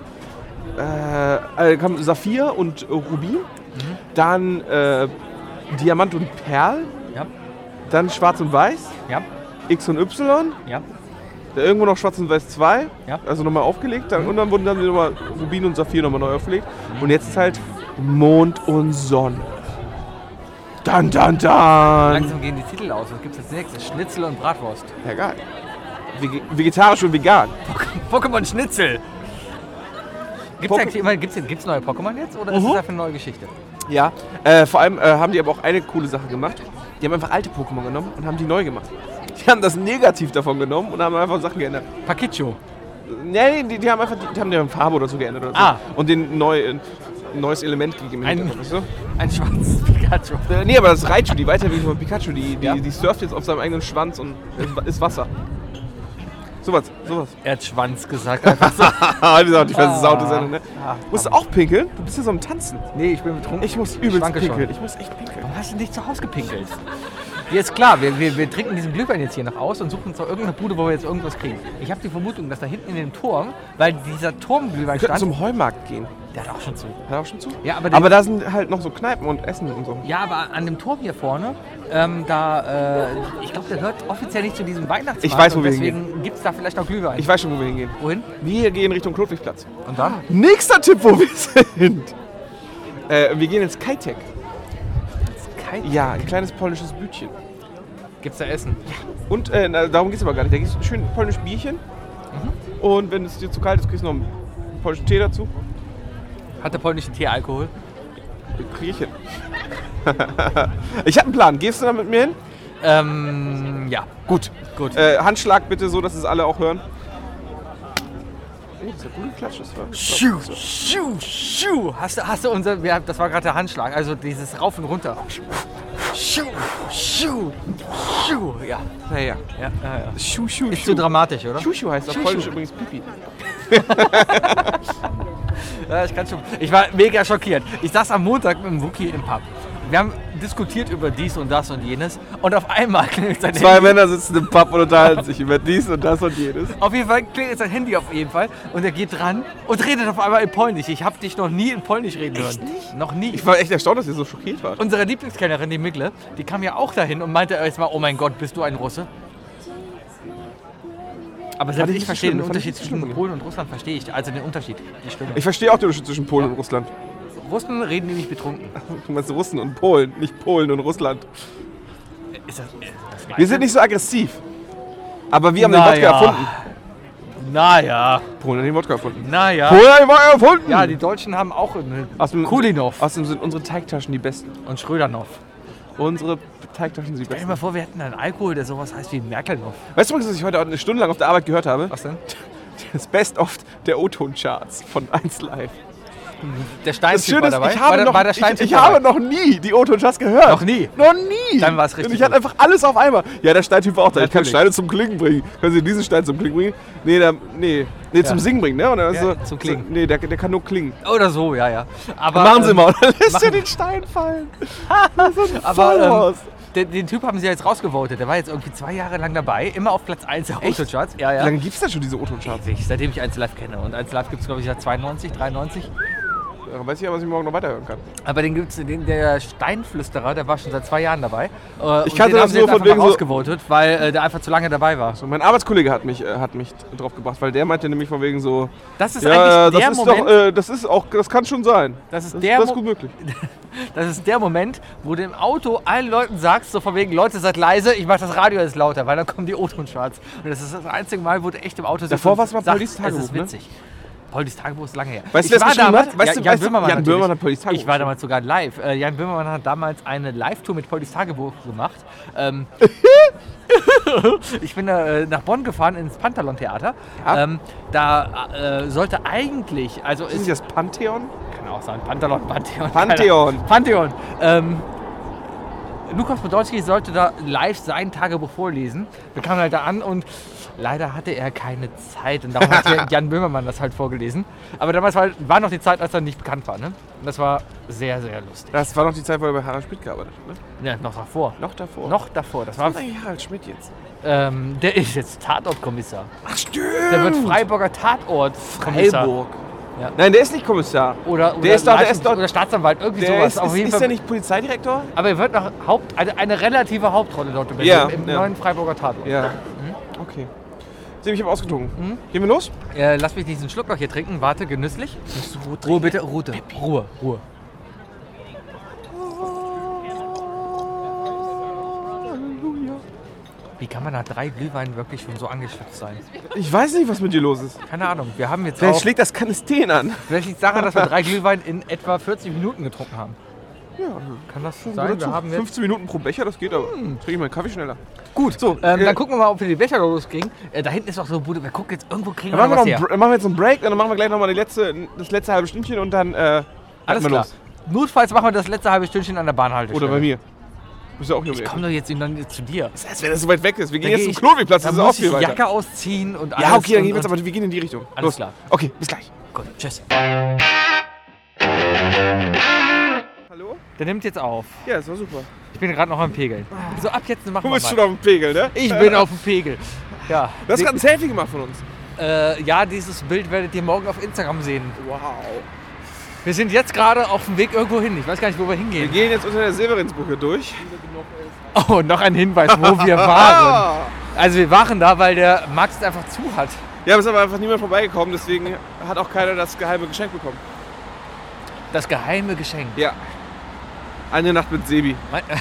kam Saphir und Rubin. Dann Diamant und Perl. Ja. Dann Schwarz und Weiß. Ja. X und Y. Ja. Dann irgendwo noch Schwarz und Weiß 2. Ja. Also nochmal aufgelegt. Und dann wurden dann nochmal Rubin und Saphir nochmal neu aufgelegt. Und jetzt ist halt Mond und Sonne. Dann. Langsam gehen die Titel aus. Was gibt's als nächstes? Schnitzel und Bratwurst. Ja, geil. Vegetarisch und vegan. Pokémon Schnitzel. Gibt's neue Pokémon jetzt oder ist das einfach eine neue Geschichte? Ja. Vor allem haben die aber auch eine coole Sache gemacht. Die haben einfach alte Pokémon genommen und haben die neu gemacht. Die haben das negativ davon genommen und haben einfach Sachen geändert. Paquicho. Nee, die haben einfach die haben deren Farbe oder so geändert. Oder so. Ah. Und den neues Element gegeben. Weißt du? Ein schwarzes Pikachu. Nee, aber das Raichu, die Weiterentwicklung von Pikachu, Ja. die surft jetzt auf seinem eigenen Schwanz und ist Wasser. Sowas. Er hat Schwanz gesagt. Einfach so. Das ist auch die versaute Sendung, ne? Ah, Musst du auch pinkeln? Du bist ja so am Tanzen. Nee, ich bin betrunken. Ich muss übelst schwanke pinkeln. schon. Ich muss echt pinkeln. Warum hast du nicht zu Hause gepinkelt? Ja, ist klar, wir trinken diesen Glühwein jetzt hier noch aus und suchen uns noch irgendeine Bude, wo wir jetzt irgendwas kriegen. Ich habe die Vermutung, dass da hinten in dem Turm, weil dieser Turmglühwein Wir könnten stand, zum Heumarkt gehen. der hat auch schon zu. Hat er auch schon zu? Ja, aber, Aber da sind halt noch so Kneipen und Essen und so. ja, aber an dem Turm hier vorne, ich glaube, der gehört offiziell nicht zu diesem Weihnachtsmarkt. Ich weiß, wo und wir deswegen gibt es da vielleicht noch Glühwein. Ich weiß schon, wo wir hingehen. Wohin? Wir gehen Richtung Klotwigplatz. Und dann? Nächster Tipp, wo wir sind. Wir gehen ins Kajtek. Ja, ein kleines polnisches Bütchen. Gibt's da Essen? Und darum geht es aber gar nicht. Da gibt es schön polnisches Bierchen. Und wenn es dir zu kalt ist, kriegst du noch einen polnischen Tee dazu. Hat der polnische Tee Alkohol? Krieg ich hin. Ich habe einen Plan. Gehst du da mit mir hin? Ja. Gut. Handschlag bitte so, dass es alle auch hören. Das hat gut geklatscht. Schuh. Hast du unser, das war gerade der Handschlag, also dieses Rauf und Runter. Schuh. Ja. Ja. Ist zu dramatisch, oder? Shushu heißt auf Shushu. Polnisch übrigens Pipi. Ja, ich kann schon. Ich war mega schockiert. Ich saß am Montag mit dem Wookie im Pub. Wir haben diskutiert über dies und das und jenes und auf einmal klingelt sein Zwei Handy. Männer sitzen im Pub und unterhalten sich über dies und das und jenes. Auf jeden Fall klingelt sein Handy auf jeden Fall und er geht dran und redet auf einmal in Polnisch. Ich habe dich noch nie in Polnisch reden hören. Echt nicht? Noch nie. Ich war echt erstaunt, dass ihr so schockiert wart. Unsere Lieblingskellnerin, die Mikle, die kam ja auch dahin und meinte erstmal, oh mein Gott, bist du ein Russe? Aber selbst ich ich nicht verstehe so den schlimm, Unterschied fand ich nicht so zwischen schlimm. Polen und Russland, verstehe ich. Also den Unterschied, die Stimme. Ich verstehe auch den Unterschied zwischen Polen und Russland. Russen reden nämlich betrunken. Du meinst Russen und Polen, nicht Polen und Russland. Ist das Wir sind nicht so aggressiv. Aber wir haben den Wodka erfunden. Naja. Polen hat den Wodka erfunden. Naja. Polen hat den Wodka erfunden! Ja, die Deutschen haben auch einen Kulinov Außerdem sind unsere Teigtaschen die besten. und Schrödernov. Unsere Teigtaschen sind die Stell dir besten. mal vor, wir hätten einen Alkohol, der sowas heißt wie Merkelnov. Weißt du übrigens, was ich heute eine Stunde lang auf der Arbeit gehört habe? Was denn? Das Best-of der O-Ton-Charts von 1 Live. Der Das Steintyp Schöne war ist, dabei? ich habe, war der Steintyp ich dabei? habe noch nie die O-Ton-Charts gehört. Noch nie? Noch nie! Dann war es richtig Und ich hatte einfach alles auf einmal. Ja, der Steintyp war auch da. Ich kann Natürlich. Steine zum Klingen bringen. Können Sie diesen Stein zum Klingen bringen? Nee, zum Singen bringen, ne? Und dann Ja, so, zum Klingen. Nee, der kann nur klingen. Oder so, ja. Aber, Machen Sie mal. Und dann lässt er machen- den Stein fallen. So ein Aber Vollhaus. den Typ haben sie jetzt rausgevotet. Der war jetzt irgendwie 2 Jahre lang dabei. Immer auf Platz 1 der Echt? Autocharts. Wie Ja. lange gibt es denn schon diese O-Ton-Charts? Ewig, seitdem ich 1 Live kenne. Und 1 Live gibt es, glaube ich, seit 92, 93. Weiß ich ja, was ich morgen noch weiterhören kann. Aber den gibt's, der Steinflüsterer, der war schon seit 2 Jahren dabei. Ich und kannte den das haben sie nur jetzt von einfach wegen mal so- rausgevotet, weil der einfach zu lange dabei war. So, mein Arbeitskollege hat mich drauf gebracht, weil der meinte nämlich von wegen so, Das ist ja, eigentlich der das ist Moment, doch, das kann schon sein. das ist Das der ist Mo- gut möglich. Das ist der Moment, wo du im Auto allen Leuten sagst, so von wegen, Leute, seid leise, ich mach das Radio jetzt lauter, weil dann kommen die O-Ton-Charts. Und das ist das einzige Mal, wo du echt im Auto sitzt. Davor und war's mal sagst, Poldis Tagebuch, Es ist ne? witzig. Poldis Tagebuch ist lange her. Weißt du, wer es war geschrieben damals, hat? Weißt du, Jan Böhmermann Jan natürlich. Böhmermann hat Poldis Tagebuch Ich war damals sogar live. Jan Böhmermann hat damals eine Live-Tour mit Poldis Tagebuch gemacht. Ich bin nach Bonn gefahren ins Pantalon-Theater. Ja. Da sollte eigentlich, also Ist das Pantheon? kann auch sein, Pantheon. Pantheon. Pantheon. Lukas Podolski sollte da live sein Tagebuch vorlesen. Wir kamen halt da an und leider hatte er keine Zeit. Und darum hat Jan Böhmermann das halt vorgelesen. Aber damals war noch die Zeit, als er nicht bekannt war. Ne? Und das war sehr, sehr lustig. Das war noch die Zeit, wo er bei Harald Schmidt gearbeitet hat, ne? Ja, noch davor. Noch davor. Noch davor. Das war, Was ist eigentlich Harald Schmidt jetzt? der ist jetzt Tatortkommissar. Ach stimmt! Der wird Freiburger Tatortkommissar. Freiburg. Ja. Nein, der ist nicht Kommissar. Oder Der ist doch- der ist doch- oder Staatsanwalt, irgendwie Der sowas. ist, Auf jeden ist Fall. der nicht Polizeidirektor? Aber er wird noch eine relative Hauptrolle dort übernehmen, Ja, im ja. neuen Freiburger Tatort. Ja. Okay. Sieh, ich habe ausgetrunken. Gehen wir los? Lass mich diesen Schluck noch hier trinken. Warte, genüsslich. Ruhe bitte, Ruhe. Wie kann man nach 3 Glühweinen wirklich schon so angeschwitzt sein? Ich weiß nicht, was mit dir los ist. Keine Ahnung. Wir haben jetzt Vielleicht auch... schlägt das Kanister an. Vielleicht liegt es daran, dass wir 3 Glühwein in etwa 40 Minuten getrunken haben. Ja, Kann das schon sein? gut Wir dazu. haben jetzt 15 Minuten pro Becher, das geht aber. Trinke ich meinen Kaffee schneller. Gut, So, dann gucken wir mal, ob wir die Becher loskriegen. Da hinten ist auch so eine Bude. Wir gucken jetzt, irgendwo kriegen Dann wir machen wir, noch was her. dann machen wir jetzt einen Break und dann machen wir gleich nochmal das letzte halbe Stündchen und dann Alles halten wir klar. los. Notfalls machen wir das letzte halbe Stündchen an der Bahnhaltestelle. Oder bei mir. Bist du auch hier Ich komme doch jetzt zu dir. Das heißt, wenn das so weit weg ist. Wir gehen Da jetzt geh zum Klowigplatz, Da das ist auch muss ich viel die weiter. Jacke ausziehen und alles. Ja, okay, dann gehen wir und- jetzt, aber wir gehen in die Richtung. Alles klar. Okay, bis gleich. Gut, tschüss. Hallo? Der nimmt jetzt auf. Ja, das war super. Ich bin gerade noch am Pegeln. So, ab jetzt machen Du wir bist mal. schon auf dem Pegel, ne? Ich bin auf dem Pegel. Ja. Du hast gerade ein Selfie gemacht von uns. Ja, dieses Bild werdet ihr morgen auf Instagram sehen. Wow. Wir sind jetzt gerade auf dem Weg irgendwo hin. Ich weiß gar nicht, wo wir Wir hingehen. gehen jetzt unter der Silberinsbrücke durch. Oh, noch ein Hinweis, wo wir waren. Also wir waren da, weil der Max es einfach zu hat. Ja, aber es ist aber einfach niemand vorbeigekommen, deswegen hat auch keiner das geheime Geschenk bekommen. Das geheime Geschenk. Ja. Eine Nacht mit Sebi.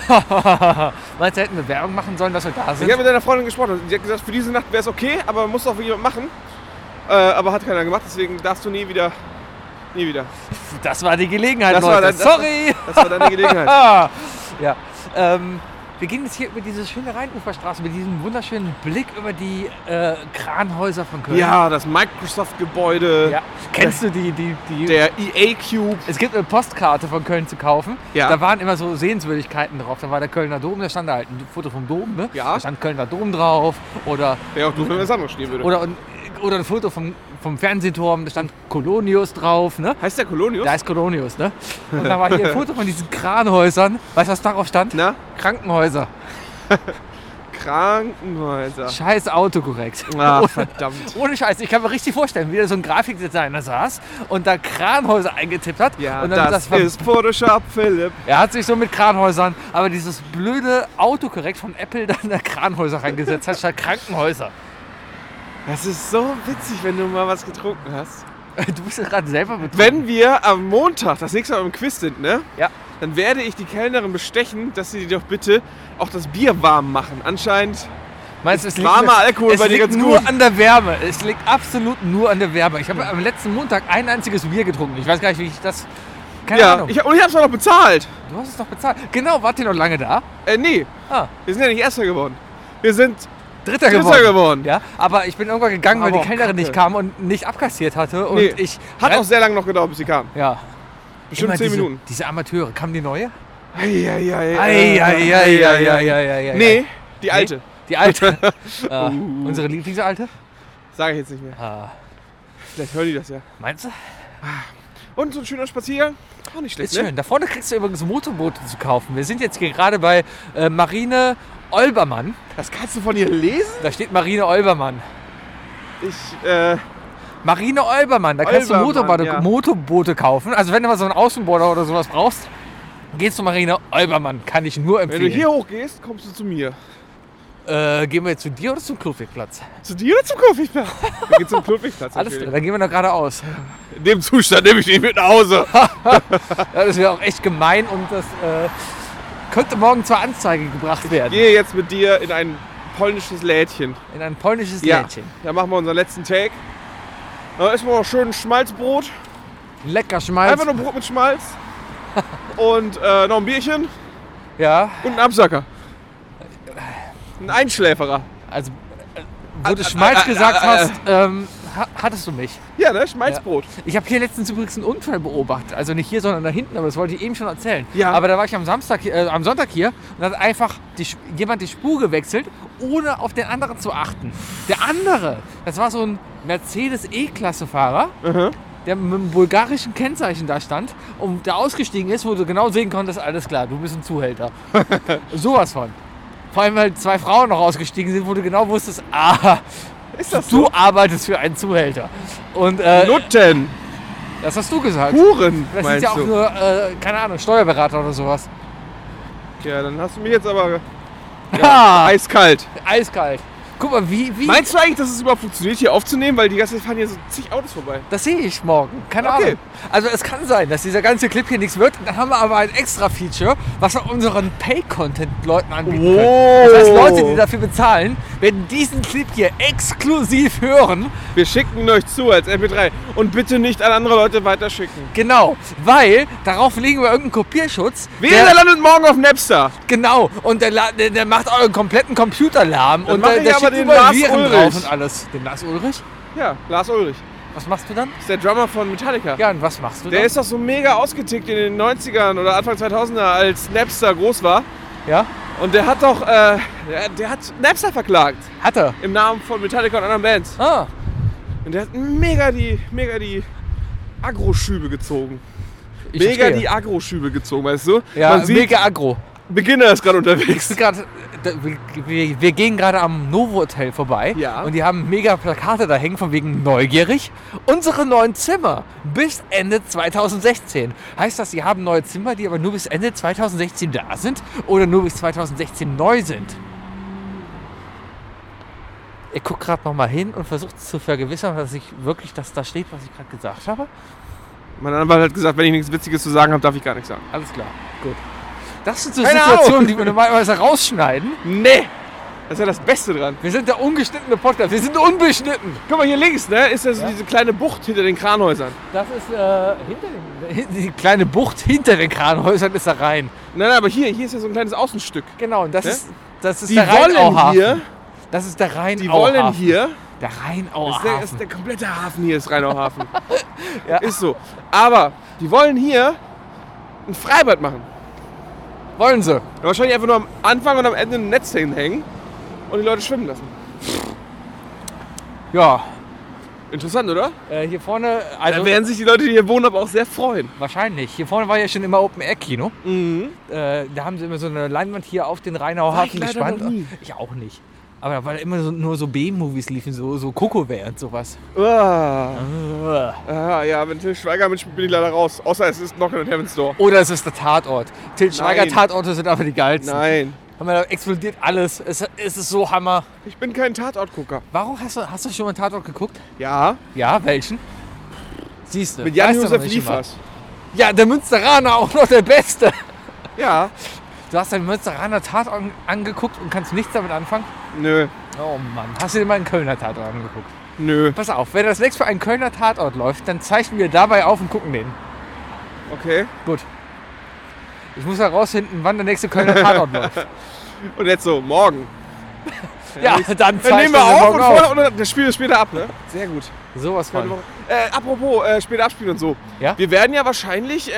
Meinst du, hätten wir Werbung machen sollen, dass wir da Ich sind? habe mit deiner Freundin gesprochen. Sie hat gesagt, für diese Nacht wäre es okay, aber muss auch für jemand machen. Aber hat keiner gemacht, deswegen darfst du nie wieder. Nie wieder. Das war die Gelegenheit, Das war Leute. das war- Sorry. Das war deine Gelegenheit. Ja. Wir gehen jetzt hier über diese schöne Rheinuferstraße mit diesem wunderschönen Blick über die Kranhäuser von Köln. Ja, das Microsoft-Gebäude, Ja. Kennst du die der EA Cube. Es gibt eine Postkarte von Köln zu kaufen. Ja. Da waren immer so Sehenswürdigkeiten drauf. Da war der Kölner Dom, da stand da halt ein Foto vom Dom, ne? Ja. Da stand Kölner Dom drauf. Oder Wäre auch doof, wenn das andere stehen würde. oder ein Foto vom Fernsehturm, da stand Kolonius drauf, ne? Heißt der Kolonius? Da ist Kolonius, ne? Und da war hier ein Foto von diesen Kranhäusern. Weißt du, was darauf stand? Na? Krankenhäuser. Krankenhäuser. Scheiß Autokorrekt. Ah, verdammt. Ohne Scheiß, ich kann mir richtig vorstellen, wie da so ein Grafikdesigner saß und da Kranhäuser eingetippt hat. Ja, und dann das ist Photoshop, Philipp. Er hat sich so mit Kranhäusern, aber dieses blöde Autokorrekt von Apple dann da Kranhäuser reingesetzt hat, statt Krankenhäuser. Das ist so witzig, wenn du mal was getrunken hast. Du bist ja gerade selber betroffen. Wenn wir am Montag das nächste Mal im Quiz sind, ne? Ja. Dann werde ich die Kellnerin bestechen, dass sie dir doch bitte auch das Bier warm machen. Anscheinend Meinst du, ist warmer Alkohol es bei dir liegt ganz nur gut. an der Wärme. Es liegt absolut nur an der Wärme. Ich habe am letzten Montag ein einziges Bier getrunken. Ich weiß gar nicht, wie ich das... Keine Ja, Ahnung. und ich hab's auch noch bezahlt. Du hast es doch bezahlt. Genau, wart ihr noch lange da? Nee, Ah, wir sind ja nicht Erster geworden. Wir sind Dritter Dritter geworden. Ja, aber ich bin irgendwann gegangen, weil Aber die Kellnerin Kacke. nicht kam und nicht abkassiert hatte. Und Nee, ich... Hat auch sehr lange noch gedauert, bis sie kam. Ja. Bestimmt Immer 10 diese, Minuten. Diese Amateure. Kam die neue? Eieieiei. Nee, die alte. Die alte. Unsere Lieblingsalte? Sage ich jetzt nicht mehr. Ah, Vielleicht hören die das ja. meinst du? Und so ein schöner Spaziergang. Auch nicht schlecht, Ist schön. Da vorne kriegst du übrigens Motorboote zu kaufen. Wir sind jetzt hier gerade bei Marine Olbermann. Das kannst du von ihr lesen? Da steht Marine Olbermann. Ich, Marine Olbermann, da kannst du Olbermann, ja. Motorboote kaufen. Also wenn du mal so einen Außenborder oder sowas brauchst, gehst du Marine Olbermann. Kann ich nur wenn du empfehlen. hier hochgehst, kommst du zu mir. Gehen wir jetzt zu dir oder zum Klofigplatz? Zu dir oder zum Klopfigplatz? Wir gehen zum Klopfigplatz. Alles klar, dann gehen wir da geradeaus. In dem Zustand nehme ich dich mit nach Hause. Ja, das wäre auch echt gemein und das könnte morgen zur Anzeige gebracht werden. Gehe jetzt mit dir in ein polnisches Lädchen. In ein polnisches Ja, Lädchen. da machen wir unseren letzten Take. Da essen wir noch schön Schmalzbrot. Lecker Schmalz. Einfach nur Brot mit Schmalz. Und noch ein Bierchen Ja, und einen Absacker. Ein Einschläferer. also wo du Schmalz gesagt hast, hattest du mich. Ja, ne? Schmalzbrot. Ich habe hier letztens übrigens einen Unfall beobachtet. Also nicht hier, sondern da hinten, aber das wollte ich eben schon erzählen. Ja. Aber da war ich am Sonntag hier und hat einfach jemand die Spur gewechselt, ohne auf den anderen zu achten. Der andere, das war so ein Mercedes E-Klasse-Fahrer, der mit einem bulgarischen Kennzeichen da stand und der ausgestiegen ist, wo du genau sehen konntest, alles klar, du bist ein Zuhälter. Sowas von. Vor allem, weil 2 Frauen noch ausgestiegen sind, wo du genau wusstest, Ist das du so? arbeitest für einen Zuhälter. Und Nutten. das hast du gesagt. Huren, Das sind meinst ja auch du? nur, keine Ahnung, Steuerberater oder sowas. Ja, dann hast du mich jetzt aber Ha! eiskalt. Eiskalt. Guck mal, wie... Meinst du eigentlich, dass es überhaupt funktioniert, hier aufzunehmen? Weil die ganze Zeit fahren hier so zig Autos vorbei. Das sehe ich morgen. Keine Okay. Ahnung. Also es kann sein, dass dieser ganze Clip hier nichts wird. Dann haben wir aber ein Extra-Feature, was wir unseren Pay-Content-Leuten anbieten können. Das heißt, Leute, die dafür bezahlen, werden diesen Clip hier exklusiv hören. Wir schicken ihn euch zu als MP3. Und bitte nicht an andere Leute weiterschicken. Genau, weil darauf legen wir irgendeinen Kopierschutz. Der landet morgen auf Napster. Genau, und der macht euren kompletten Computer lahm. Dann Und mach ich der aber schickt den überall Lars Viren Ulrich. drauf und alles. Den Lars Ulrich? Ja, Lars Ulrich. Was machst du dann? Das ist der Drummer von Metallica. Ja, und was machst du Der dann? ist doch so mega ausgetickt in den 90ern oder Anfang 2000er, als Napster groß war. Ja? Und der hat doch, der hat Napster verklagt. Hat er. Im Namen von Metallica und anderen Bands. Ah, Und der hat mega die Agro-Schübe gezogen. ich Mega verstehe. die Agro-Schübe gezogen, weißt du? Ja, Man sieht, mega aggro. Beginner ist gerade unterwegs. Wir gehen gerade am Novo Hotel vorbei Ja. und die haben mega Plakate da hängen von wegen neugierig. Unsere neuen Zimmer bis Ende 2016. Heißt das, sie haben neue Zimmer, die aber nur bis Ende 2016 da sind oder nur bis 2016 neu sind? Ich gucke gerade noch mal hin und versuche zu vergewissern, dass dass da steht, was ich gerade gesagt habe. Mein Anwalt hat gesagt, wenn ich nichts Witziges zu sagen habe, darf ich gar nichts sagen. Alles klar, gut. Das sind so Keine Situationen, Ahnung. die wir normalerweise rausschneiden. Nee! Das ist ja das Beste dran. Wir sind der ungeschnittene Podcast. Wir sind unbeschnitten. Guck mal, hier links, ne, ist das diese kleine Bucht hinter den Kranhäusern. Das ist die kleine Bucht hinter den Kranhäusern ist da rein. Nein, aber hier ist ja so ein kleines Außenstück. Genau, und das Ne? ist Die der wollen Rheinauhafen. hier, Das ist der Rheinauhafen. die wollen hier, Der das Rheinauhafen. ist der komplette Hafen hier, ist Rheinauhafen. Ja. Ist so. Aber die wollen hier ein Freibad machen. Wollen sie? Wahrscheinlich einfach nur am Anfang und am Ende ein Netz hinhängen und die Leute schwimmen lassen. Ja. Interessant, oder? Hier vorne, also Da werden sich die Leute, die hier wohnen, aber auch sehr freuen. wahrscheinlich. Hier vorne war ja schon immer Open-Air-Kino. Mhm. Da haben sie immer so eine Leinwand hier auf den Rheinauhafen War ich leider gespannt. noch nie. Ich auch nicht. Aber weil immer nur so B-Movies liefen, so Coco-Ware und sowas. Ah, ja, wenn Til Schweiger mitspielt, bin ich leider raus. Außer es ist Knock on Heaven's Door. Oder es ist der Tatort. Til Schweiger Nein. Tatorte sind aber die geilsten. Nein, Da explodiert alles. Es ist so Hammer. ich bin kein Tatortgucker. Warum hast du schon mal einen Tatort geguckt? Ja, Ja, welchen? Siehst du. mit Jan-Josef weißt du noch nicht Liefers. immer. Ja, der Münsteraner auch noch der Beste. Ja, Du hast den Münsteraner Tatort angeguckt und kannst nichts damit anfangen? nö, Oh Mann. Hast du dir mal einen Kölner Tatort angeguckt? nö. Pass auf, wenn das nächste Mal ein Kölner Tatort läuft, dann zeichnen wir dabei auf und gucken den. Okay. Gut. Ich muss herausfinden, wann der nächste Kölner Tatort läuft. Und jetzt so, morgen. Ja, dann Dann nehmen zeichnen wir auf morgen und vorher, oder das Spiel ist später ab, ne? Sehr gut. Sowas von. Apropos später abspielen und so. Ja? Wir werden ja wahrscheinlich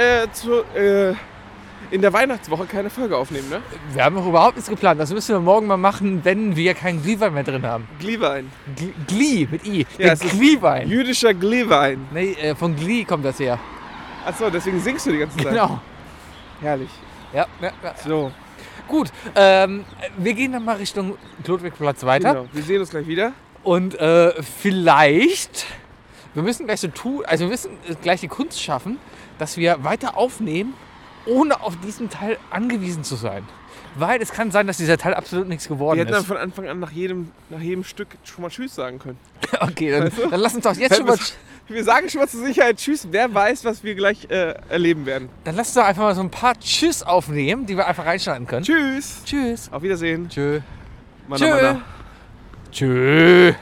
in der Weihnachtswoche keine Folge aufnehmen, ne? Wir haben noch überhaupt nichts geplant. Das müssen wir morgen mal machen, wenn wir keinen Glühwein mehr drin haben. Glühwein. Glee mit I. Ja, Der es ist Glühwein. Jüdischer Glühwein. Nee, von Glee kommt das her. Achso, deswegen singst du die ganze Zeit. Genau. Herrlich. Ja. So, Gut, wir gehen dann mal Richtung Klotwigplatz weiter. genau. Wir sehen uns gleich wieder. Und vielleicht, wir müssen gleich wir müssen gleich die Kunst schaffen, dass wir weiter aufnehmen, ohne auf diesen Teil angewiesen zu sein. Weil es kann sein, dass dieser Teil absolut nichts Wir geworden hätten dann ist. von Anfang an nach jedem Stück schon mal Tschüss sagen können. Okay, dann lass uns doch jetzt schon mal, Wir sagen schon mal zur Sicherheit Tschüss. Wer weiß, was wir gleich erleben werden. dann lass uns doch einfach mal so ein paar Tschüss aufnehmen, die wir einfach reinschneiden können. Tschüss. Tschüss. Auf Wiedersehen. Tschö. Mana, Tschö. mana. Tschö.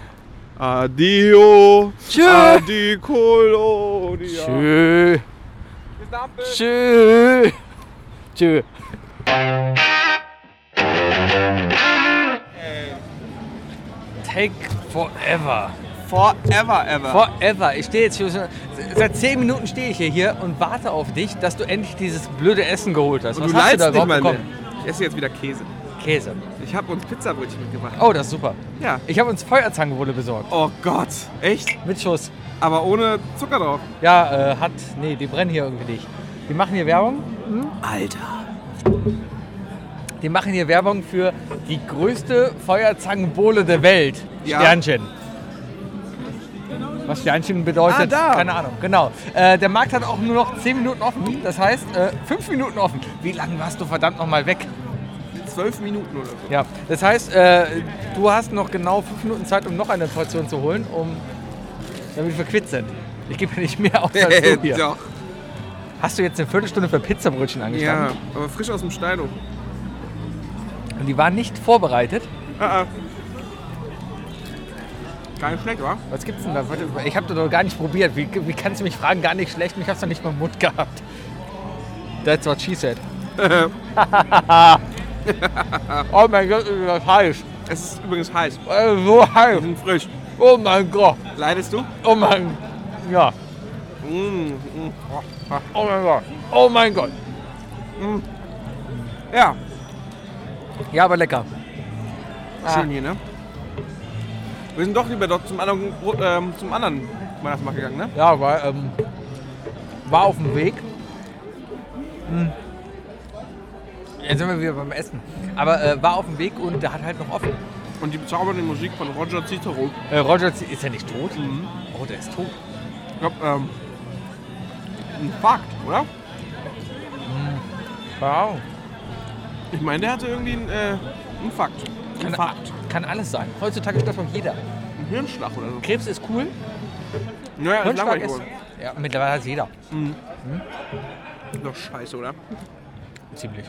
Adio. Tschö. Adi Colonia. Tschö. Bis dann. Tschö. Tschö. Take forever. Forever, ever. Forever. Ich stehe jetzt hier schon, seit 10 Minuten stehe ich hier und warte auf dich, dass du endlich dieses blöde Essen geholt hast. Und Was du hast du da leidst nicht überhaupt mal bekommen? mehr. Ich esse jetzt wieder Käse. Käse. Ich habe uns Pizzabrötchen mitgebracht. Oh, das ist super. Ja. Ich habe uns Feuerzangenbowle besorgt. Oh Gott. Echt? Mit Schuss. Aber ohne Zucker drauf. Ja, nee, die brennen hier irgendwie nicht. Die machen hier Werbung. Alter. Die machen hier Werbung für die größte Feuerzangenbowle der Welt. Ja. Sternchen. Was Sternchen bedeutet, Ah, da. keine Ahnung. Genau. Der Markt hat auch nur noch 10 Minuten offen. Das heißt, 5 Minuten offen. Wie lange warst du verdammt noch mal weg? 12 Minuten oder so. Ja, das heißt, du hast noch genau 5 Minuten Zeit, um noch eine Portion zu holen, damit wir quitt sind. Ich gebe ja nicht mehr aus als du hier. Doch. Hast du jetzt eine Viertelstunde für Pizzabrötchen angestanden? Ja, aber frisch aus dem Steinofen. Und die waren nicht vorbereitet? Gar nicht schlecht, wa? Was gibt's denn da? Ich habe das doch gar nicht probiert. Wie kannst du mich fragen, gar nicht schlecht? Ich hab's doch nicht mal im Mund gehabt. That's what she said. Oh mein Gott, ist das heiß. Es ist übrigens heiß. So heiß. Die sind frisch. Oh mein Gott. Leidest du? Oh mein... Ja. Oh mein Gott. Oh mein Gott. Ja. Ja, aber lecker. Schön hier, ne? Wir sind doch lieber dort zum anderen Weihnachtsmarkt gegangen, ne? Ja, weil war auf dem Weg. Jetzt sind wir wieder beim Essen. Aber war auf dem Weg und der hat halt noch offen. Und die bezaubernde Musik von Roger Cicero. Roger ist ja nicht tot? Oh, der ist tot. Ich glaube, ein Fakt, oder? Wow. Ich meine, der hatte irgendwie einen Fakt. Ein Fakt. Kann alles sein. Heutzutage ist das doch jeder. Ein Hirnschlag oder so. Krebs ist cool. Naja, ist Hirnschlag langweilig ist... geworden. Ja, mittlerweile hat es jeder. Doch scheiße, oder? Ziemlich.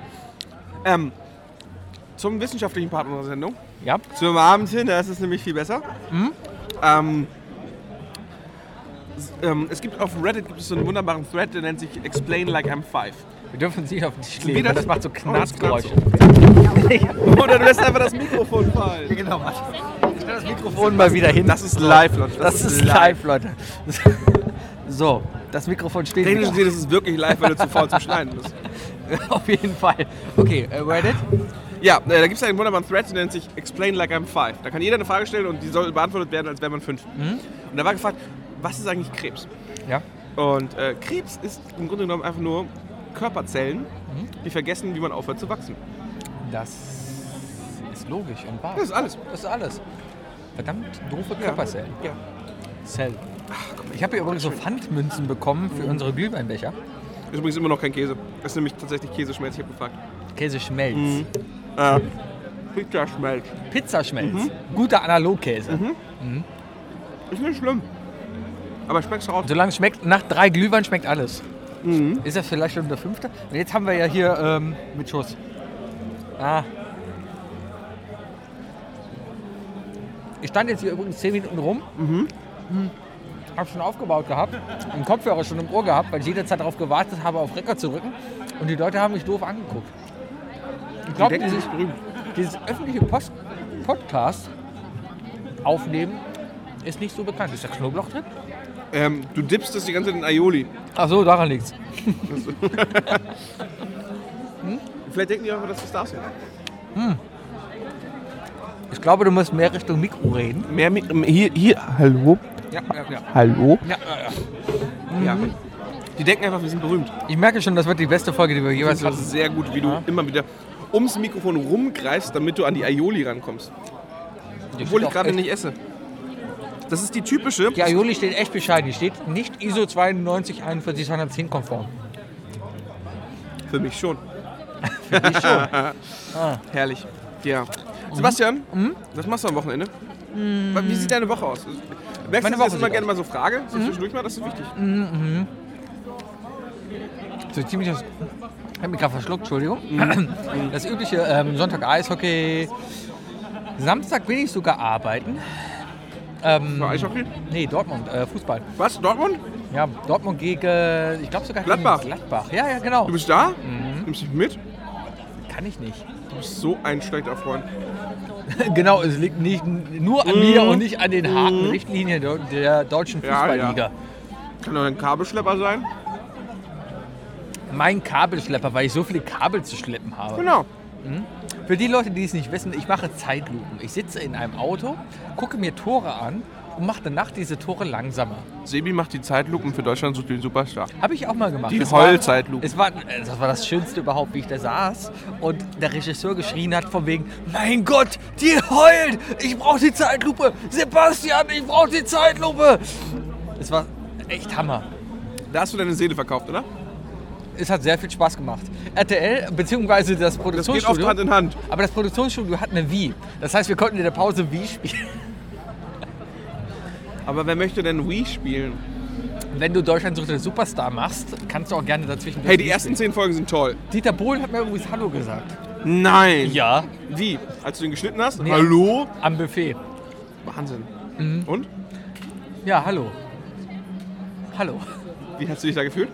Zum wissenschaftlichen Part unserer Sendung. Ja. Zum Abend hin, da ist es nämlich viel besser. Es gibt auf Reddit so einen wunderbaren Thread, der nennt sich Explain Like I'm 5. Wir dürfen es nicht auf den Tisch Wie legen, das? weil das macht so Knarzgeräusche. Oder du lässt einfach das Mikrofon fallen. Genau, warte. Ich stelle das Mikrofon mal wieder hin. Das ist live, Leute. Das ist live, Leute. So, das Mikrofon steht Technisch wieder. gesehen ist es wirklich live, weil du zu faul zum Schneiden bist. Auf jeden Fall. Okay, Reddit? Ja, da gibt es einen wunderbaren Thread, der nennt sich Explain Like I'm 5. Da kann jeder eine Frage stellen und die soll beantwortet werden, als wäre man 5. Und da war gefragt, was ist eigentlich Krebs? Ja. Und Krebs ist im Grunde genommen einfach nur Körperzellen, die vergessen, wie man aufhört zu wachsen. Das ist logisch und wahr. Das ist alles. Das ist alles. Verdammt doofe Körperzellen. Ja. Zell. Ich habe hier übrigens so Pfandmünzen bekommen für unsere Glühweinbecher. Ist übrigens immer noch kein Käse. Das ist nämlich tatsächlich Käseschmelz, ich habe gefragt. Käseschmelz. Pizzaschmelz. Pizzaschmelz. Guter Analogkäse. Ist nicht schlimm. Aber schmeckst du raus. Solange es schmeckt, nach 3 Glühwein schmeckt alles. Ist das vielleicht schon der 5.? Und jetzt haben wir ja hier mit Schuss. Ich stand jetzt hier übrigens 10 Minuten rum. Hab schon aufgebaut gehabt. Den Kopfhörer schon im Ohr gehabt, weil ich jederzeit darauf gewartet habe, auf Rekord zu rücken. Und die Leute haben mich doof angeguckt. Ich glaube, dieses öffentliche Podcast aufnehmen ist nicht so bekannt. Ist da Knoblauch drin? Du dippst das die ganze Zeit in Aioli. Ach so, daran liegt's. Vielleicht denken die einfach, dass das da ist. Ich glaube, du musst mehr Richtung Mikro reden. Mehr hier, hallo? Ja. Hallo? Ja. Ja. Die denken einfach, wir sind berühmt. Ich merke schon, das wird die beste Folge, die wir jeweils Das hatten. ist sehr gut, wie du immer wieder ums Mikrofon rumgreifst, damit du an die Aioli rankommst. Obwohl ich gerade nicht esse. Das ist die typische... Die Aioli steht echt bescheiden. Die steht nicht ISO 9241-210 konform. Für mich schon. Für dich schon. Herrlich. Ja. Sebastian, was machst du am Wochenende? Wie sieht deine Woche aus? Merkst du, dass ich immer gerne mal so frage? So zwischendurch mal, das ist wichtig. So ziemlich das... Ich habe mich gerade verschluckt, Entschuldigung. Das übliche Sonntag Eishockey. Samstag will ich sogar arbeiten. War Eishockey? Nee, Dortmund, Fußball. Was? Dortmund? Ja, Dortmund gegen, ich glaube sogar Gladbach. gegen Gladbach. Ja, genau. Du bist da? Nimmst du mich mit? Kann ich nicht. Du bist so ein schlechter Freund. Genau, es liegt nicht nur an mir und nicht an den harten Richtlinien der deutschen Fußballliga. Ja. Kann doch ein Kabelschlepper sein? Mein Kabelschlepper, weil ich so viele Kabel zu schleppen habe. Genau. Für die Leute, die es nicht wissen, ich mache Zeitlupen. Ich sitze in einem Auto, gucke mir Tore an und mache danach diese Tore langsamer. Sebi macht die Zeitlupen für Deutschland sucht den Superstar. Habe ich auch mal gemacht. Die Heulzeitlupe. Das war das Schönste überhaupt, wie ich da saß und der Regisseur geschrien hat von wegen, mein Gott, die heult, ich brauche die Zeitlupe. Sebastian, ich brauche die Zeitlupe. Es war echt Hammer. Da hast du deine Seele verkauft, oder? Es hat sehr viel Spaß gemacht. RTL, beziehungsweise das Das geht Produktionsstudio. oft Hand in Hand. Aber das Produktionsstudio hat eine Wii. Das heißt, wir konnten in der Pause Wii spielen. Aber wer möchte denn Wii spielen? Wenn du Deutschland sucht den Superstar machst, kannst du auch gerne dazwischen. Hey, die ersten 10 Folgen sind toll. Dieter Bohlen hat mir übrigens Hallo gesagt. Nein. Ja. Wie? Als du den geschnitten hast? Nee. Hallo? Am Buffet. Wahnsinn. Mhm. Und? Ja, hallo. Hallo. Wie hast du dich da gefühlt?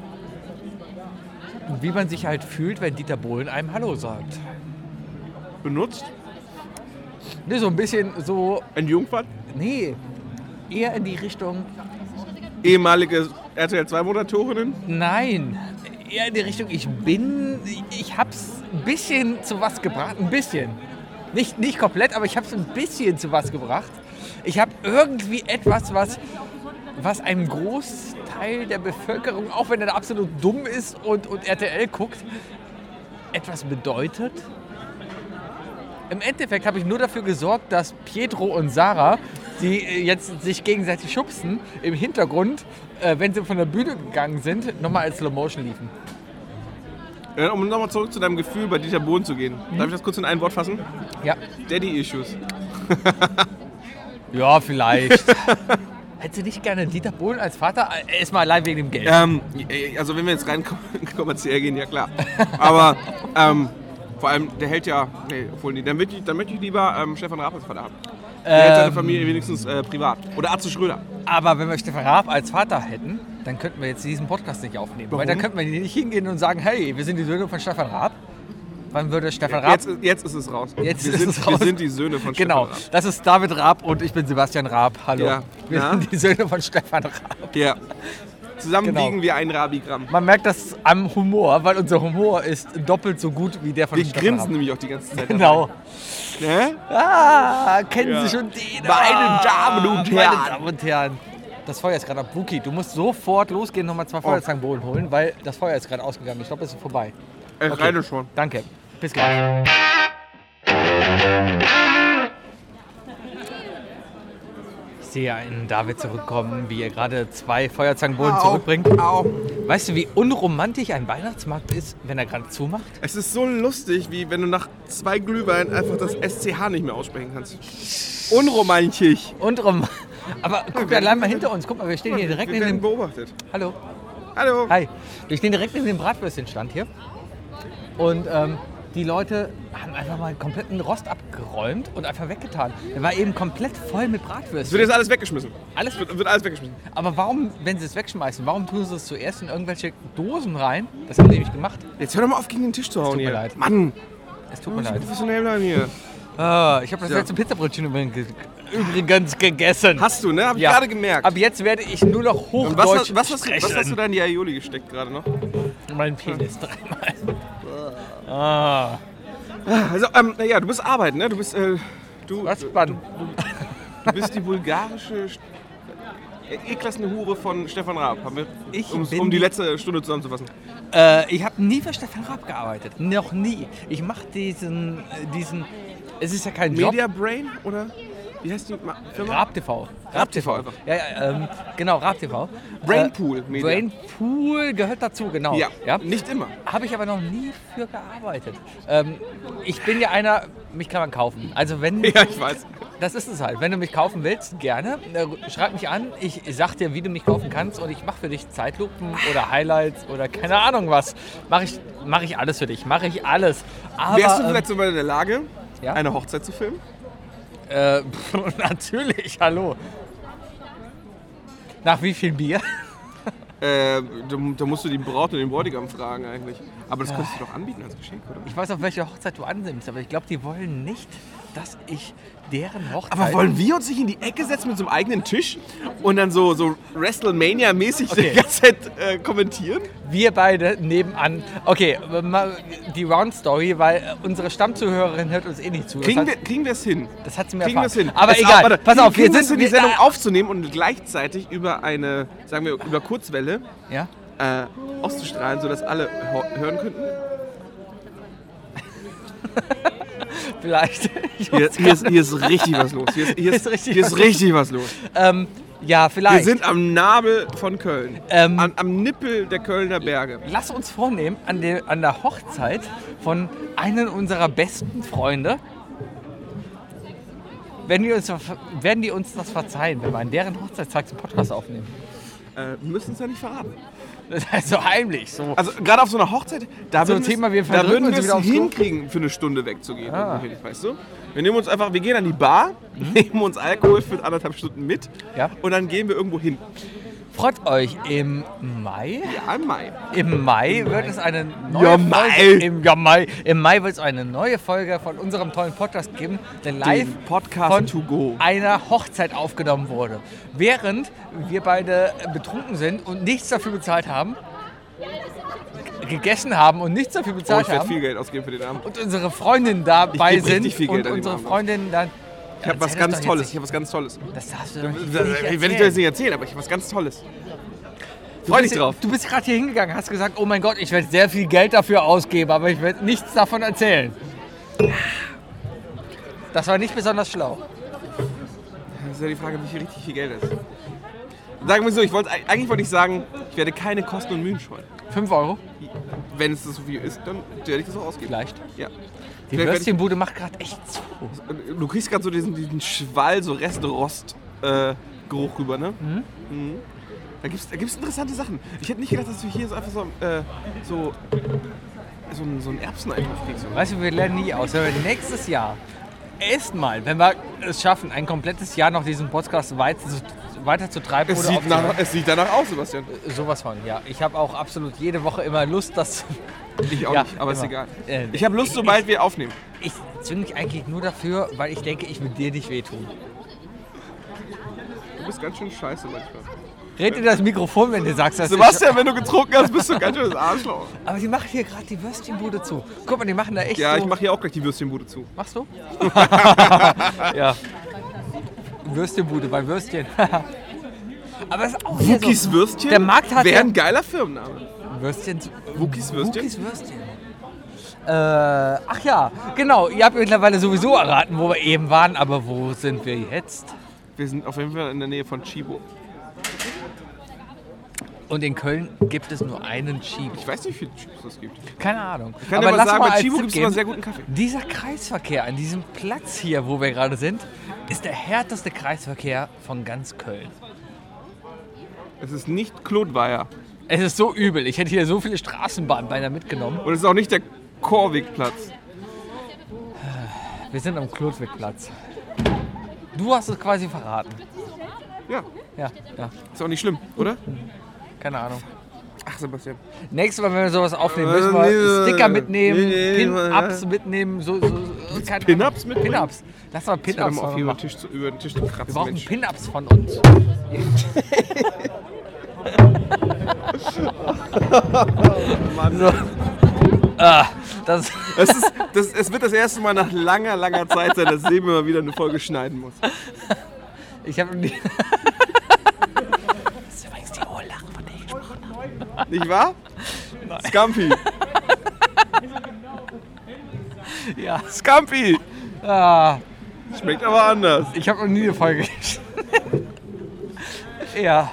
Wie man sich halt fühlt, wenn Dieter Bohlen einem Hallo sagt. Benutzt? Ne, so ein bisschen so. Entjungfert? Nee. Eher in die Richtung. Ehemalige RTL 2 Moderatorinnen? Nein. Eher in die Richtung, ich hab's ein bisschen zu was gebracht. Ein bisschen. Nicht komplett, aber ich hab's ein bisschen zu was gebracht. Ich habe irgendwie etwas, was einem Großteil der Bevölkerung, auch wenn er absolut dumm ist und RTL guckt, etwas bedeutet. Im Endeffekt habe ich nur dafür gesorgt, dass Pietro und Sarah, die jetzt sich gegenseitig schubsen, im Hintergrund, wenn sie von der Bühne gegangen sind, nochmal als Slow Motion liefen. Um nochmal zurück zu deinem Gefühl, bei Dieter Bohlen zu gehen. Darf ich das kurz in ein Wort fassen? Ja. Daddy-Issues. Ja, vielleicht. Hättest du nicht gerne Dieter Bohlen als Vater? Erstmal allein wegen dem Geld. Also wenn wir jetzt rein kommerziell gehen, ja klar. Aber vor allem, der hält ja... Nee, obwohl nicht. Dann möchte ich lieber Stefan Raab als Vater haben. Der hält seine Familie wenigstens privat. Oder Atze Schröder. Aber wenn wir Stefan Raab als Vater hätten, dann könnten wir jetzt diesen Podcast nicht aufnehmen. Warum? Weil dann könnten wir nicht hingehen und sagen, hey, wir sind die Söhne von Stefan Raab. Wann würde Stefan Raab... Jetzt ist es raus. Jetzt wir ist sind, es raus. Wir sind die Söhne von Genau, Stefan Raab. das ist David Raab und ich bin Sebastian Raab. Hallo. Ja. Wir Na? sind die Söhne von Stefan Raab. Ja. Zusammen Genau. wiegen wir ein Rabigramm. Man merkt das am Humor, weil unser Humor ist doppelt so gut wie der von Wir Stefan grinsen Raab. nämlich auch die ganze Zeit. Genau. Ne? Kennen Ja. Sie schon den? Meine Damen und Herren. Meine Damen und Herren. Das Feuer ist gerade ab. Wuki, du musst sofort losgehen, nochmal 2 Feuerzangenbowlen holen, weil das Feuer ist gerade ausgegangen. Ich glaube, es ist vorbei. Ich reite schon. Danke. Bis gleich. Ich sehe einen David zurückkommen, wie er gerade 2 Feuerzangenbowlen zurückbringt. Au. Weißt du, wie unromantisch ein Weihnachtsmarkt ist, wenn er gerade zumacht? Es ist so lustig, wie wenn du nach 2 Glühwein einfach das SCH nicht mehr aussprechen kannst. Unromantisch. Aber guck allein mal hinter uns. Guck mal, wir stehen hier direkt Wir neben werden dem... beobachtet. Hallo. Hallo. Hi. Wir stehen direkt neben dem Bratwürstchenstand hier. Und die Leute haben einfach mal einen kompletten Rost abgeräumt und einfach weggetan. Der war eben komplett voll mit Es wird Bratwürstchen. jetzt alles weggeschmissen. Alles Wird alles weggeschmissen. Aber warum, wenn sie es wegschmeißen, warum tun sie es zuerst in irgendwelche Dosen rein? Das haben die nämlich gemacht. Jetzt hör doch mal auf, gegen den Tisch zu hauen tut mir hier. leid. Mann, Es tut mir leid. professionell bleiben hier. Ich habe das letzte Pizzabrötchen übrigens gegessen. Hast du, ne? Hab ich Ja. gerade gemerkt. Ab jetzt werde ich nur noch Und Hochdeutsch was hast sprechen. du da in die Aioli gesteckt gerade noch? Mein Penis dreimal. Ah. Also, ja, du bist arbeiten, ne? Du bist, Was spannend. du bist die bulgarische eklassende Hure von Stefan Raab, um die letzte Stunde zusammenzufassen. Ich habe nie für Stefan Raab gearbeitet. Noch nie. Ich mache diesen. Es ist ja kein Job. Media Brain, oder? Wie heißt die Firma? Raab TV. Raab TV einfach. Ja, genau, Raab TV. Brainpool Media. Brainpool gehört dazu, genau. Ja, nicht immer. Habe ich aber noch nie für gearbeitet. Ich bin ja einer, mich kann man kaufen. Also wenn, Ja, ich weiß. das ist es halt. Wenn du mich kaufen willst, gerne. Schreib mich an, ich sag dir, wie du mich kaufen kannst und ich mache für dich Zeitlupen oder Highlights oder keine Ahnung was. Mach ich alles für dich. Mache ich alles. Aber, Wärst du vielleicht sogar in der Lage, ja? eine Hochzeit zu filmen? Natürlich, hallo. Nach wie viel Bier? Da musst du die Braut und den Bräutigam fragen eigentlich. Aber das könntest du doch anbieten als Geschenk, oder? Ich weiß, auf welche Hochzeit du annimmst, aber ich glaube, die wollen nicht, dass ich deren Hochzeit... Aber wollen wir uns nicht in die Ecke setzen mit so einem eigenen Tisch und dann so WrestleMania-mäßig Okay. die ganze Zeit kommentieren? Wir beide nebenan. Okay, mal die Round-Story, weil unsere Stammzuhörerin hört uns eh nicht zu. Kriegen wir es hin? Das hat sie mir Kriegen wir erfahren. es hin? Aber Es egal, warte, pass auf, kriegen wir es hin, sind... die Sendung aufzunehmen und gleichzeitig über eine, sagen wir, über Kurzwelle Ja? auszustrahlen, sodass alle hören könnten? Vielleicht. Hier ist richtig was los. Hier ist richtig was los. Ja, vielleicht. Wir sind am Nabel von Köln. Am Nippel der Kölner Berge. Lass uns vornehmen, an der Hochzeit von einem unserer besten Freunde, werden die uns das verzeihen, wenn wir an deren Hochzeitstag den Podcast aufnehmen. Wir müssen es ja nicht verraten. Das heißt so heimlich. So. Also gerade auf so einer Hochzeit, da So ein würden Thema, wir uns es wieder aufs Klo. hinkriegen, für eine Stunde wegzugehen. Weißt du? Wir gehen an die Bar, nehmen uns Alkohol für 1,5 Stunden mit Ja. und dann gehen wir irgendwo hin. Freut euch, im Mai? Ja, im Mai. Im Mai wird es eine neue Ja, Folge. Mai. Im Mai wird es eine neue Folge von unserem tollen Podcast geben, der live Den Podcast von to go. einer Hochzeit aufgenommen wurde. Während wir beide betrunken sind und nichts dafür bezahlt haben, gegessen haben und nichts dafür Oh, bezahlt ich werde haben viel Geld ausgeben für den Abend. und unsere Freundinnen dabei Ich geb sind richtig viel Geld und an dem unsere Abend aus. Freundinnen dann... Ich habe was ganz Tolles. Das darfst du doch nicht Werde ich dir jetzt nicht erzählen, aber ich habe was ganz Tolles. Freu dich drauf. Du bist gerade hier hingegangen, hast gesagt, oh mein Gott, ich werde sehr viel Geld dafür ausgeben, aber ich werde nichts davon erzählen. Das war nicht besonders schlau. Das ist ja die Frage, wie viel richtig viel Geld ist. Sagen wir so, eigentlich wollte ich sagen, ich werde keine Kosten und Mühen scheuen. 5 Euro? Wenn es so viel ist, dann werde ich das auch ausgeben. Vielleicht. Ja. Die Vielleicht Würstchenbude macht gerade echt zu. Du kriegst gerade so diesen Schwall, so Restrost-Geruch rüber, ne? Mhm. Da gibt's interessante Sachen. Ich hätte nicht gedacht, dass du hier so einfach so einen Erbseneintopf kriegst. Oder? Weißt du, wir lernen nie aus. Wenn wir nächstes Jahr erstmal, wenn wir es schaffen, ein komplettes Jahr noch diesen Podcast weiter zu treiben Es oder sieht danach aus, Sebastian. sowas von, ja. Ich habe auch absolut jede Woche immer Lust, dass... Ich auch Ja, nicht, aber ist immer. egal. Ich habe Lust, sobald wir aufnehmen. Ich zwinge dich eigentlich nur dafür, weil ich denke, ich will dir nicht wehtun. Du bist ganz schön scheiße manchmal. Red in das Mikrofon, wenn du sagst, dass Sebastian, wenn du getrunken hast, bist du ein ganz schönes Arschloch. Aber die machen hier gerade die Würstchenbude zu. Guck mal, die machen da echt Ja, so... ich mache hier auch gleich die Würstchenbude zu. Machst du? Ja. Würstchenbude bei Würstchen. Aber es ist auch hier Wookies so. Würstchen Der Markt hat wäre ja... ein geiler Firmenname. Würstchen... Wookies Würstchen? Wookies Würstchen. Ach ja, genau. Ihr habt mittlerweile sowieso erraten, wo wir eben waren. Aber wo sind wir jetzt? Wir sind auf jeden Fall in der Nähe von Chibo. Und in Köln gibt es nur einen Chibo. Ich weiß nicht, wie viele Chibos es gibt. Keine Ahnung. Ich kann dir mal sagen, bei als Chibo Tipp gibt es immer geben, sehr guten Kaffee. Dieser Kreisverkehr an diesem Platz hier, wo wir gerade sind, ist der härteste Kreisverkehr von ganz Köln. Es ist nicht Klotweier. Es ist so übel. Ich hätte hier so viele Straßenbahnen beinahe mitgenommen. Und es ist auch nicht der Korwigplatz. Wir sind am Klotwigplatz. Du hast es quasi verraten. Ja, Ja. ist auch nicht schlimm, oder? Keine Ahnung. Ach, Sebastian. Nächstes Mal, wenn wir sowas aufnehmen, müssen wir Sticker mitnehmen, nee, Pin-Ups mitnehmen. Keine Pin-Ups Ahnung. mitnehmen? Pin-Ups. Lass mal Hör Pin-Ups mal auf, hier machen. über den Tisch zu kratzen, Wir brauchen Mensch. Pin-Ups von uns. Das Es wird das erste Mal nach langer Zeit sein, dass Seben mal wieder eine Folge schneiden muss. ich habe nie... Das ist übrigens die hohe Lache, von der ich gesprochen habe. Nicht wahr? Scampi. Ja. Scampi. Ah, Schmeckt aber anders. ich habe noch nie eine Folge geschnitten. Ja.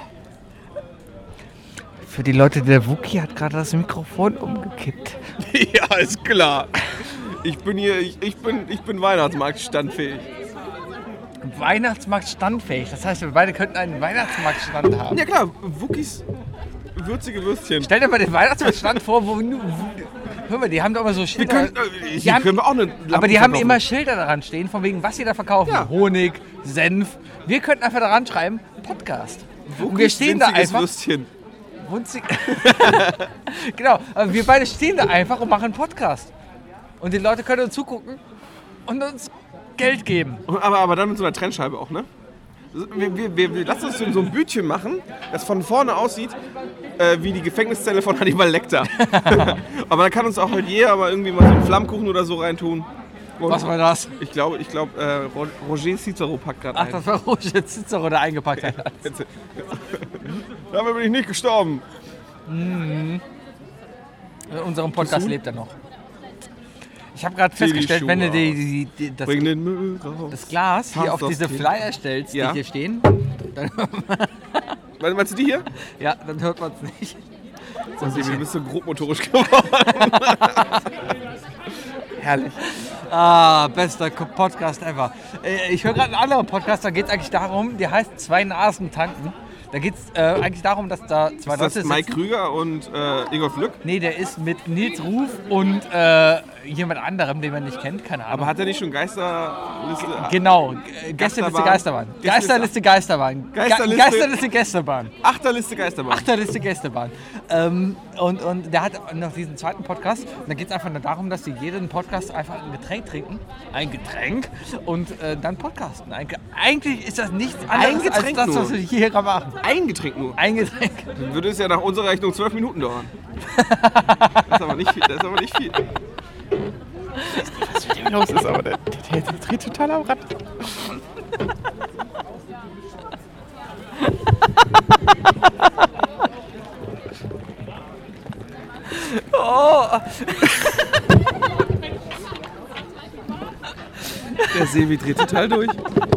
Für die Leute, der Wookie hat gerade das Mikrofon umgekippt. Ja, ist klar. Ich bin Weihnachtsmarkt standfähig. Weihnachtsmarkt standfähig. Das heißt, wir beide könnten einen Weihnachtsmarktstand haben. Ja klar, Wookies würzige Würstchen. Stell dir mal den Weihnachtsmarktstand vor, hör mal, die haben doch immer so Wir Schilder. können, Die haben- können wir auch eine Aber die Lampe haben verkaufen. immer Schilder daran stehen, von wegen, was sie da verkaufen. Ja. Honig, Senf. Wir könnten einfach daran schreiben, Podcast. Und wir stehen da winziges einfach. Würstchen. Wunzig. Genau, aber wir beide stehen da einfach und machen Podcast. Und die Leute können uns zugucken und uns Geld geben. Aber dann mit so einer Trennscheibe auch, ne? Wir lassen uns so ein Bütchen machen, das von vorne aussieht wie die Gefängniszelle von Hannibal Lecter. Aber dann kann uns auch halt jeder mal irgendwie mal so einen Flammkuchen oder so reintun. Und Was war das? ich glaube, Roger Cicero packt gerade Ach, ein. das war Roger Cicero, der eingepackt hat. Damit bin ich nicht gestorben. In unserem Podcast du? lebt er noch. Ich habe gerade Zieh die festgestellt, wenn du Schuhe das Bring den Müll raus. das Glas hier Fass auf das diese Kind. Flyer stellst, Ja. die hier stehen, Meinst du die hier? Ja, dann hört man es nicht. So, Sebi, du bist so grobmotorisch geworden. Herrlich. Bester Podcast ever. Ich höre gerade einen anderen Podcast, da geht es eigentlich darum, der heißt Zwei Nasen tanken. Da geht es eigentlich darum, dass da zwei Ist Leute das Mike Krüger und Ingolf Lück? Nee, der ist mit Nils Ruf und jemand anderem, den man nicht kennt, keine Ahnung. Aber hat er nicht schon Geisterliste? Genau, Gästeliste Geisterbahn. Geisterliste Geisterbahn. Geisterliste Geisterbahn. Achterliste Geisterbahn. Achterliste Gästebahn. Und der hat noch diesen zweiten Podcast. Und da geht es einfach nur darum, dass sie jeden Podcast einfach ein Getränk trinken. Ein Getränk. Und dann podcasten. Eigentlich ist das nichts anderes als das, was wir hier gerade machen. Ein Getränk nur. Ein Getränk. Dann würde es ja nach unserer Rechnung 12 Minuten dauern. Das ist aber nicht viel. Was mit dem los ist, aber der dreht total am Rad. Oh. Der Sebi dreht total durch.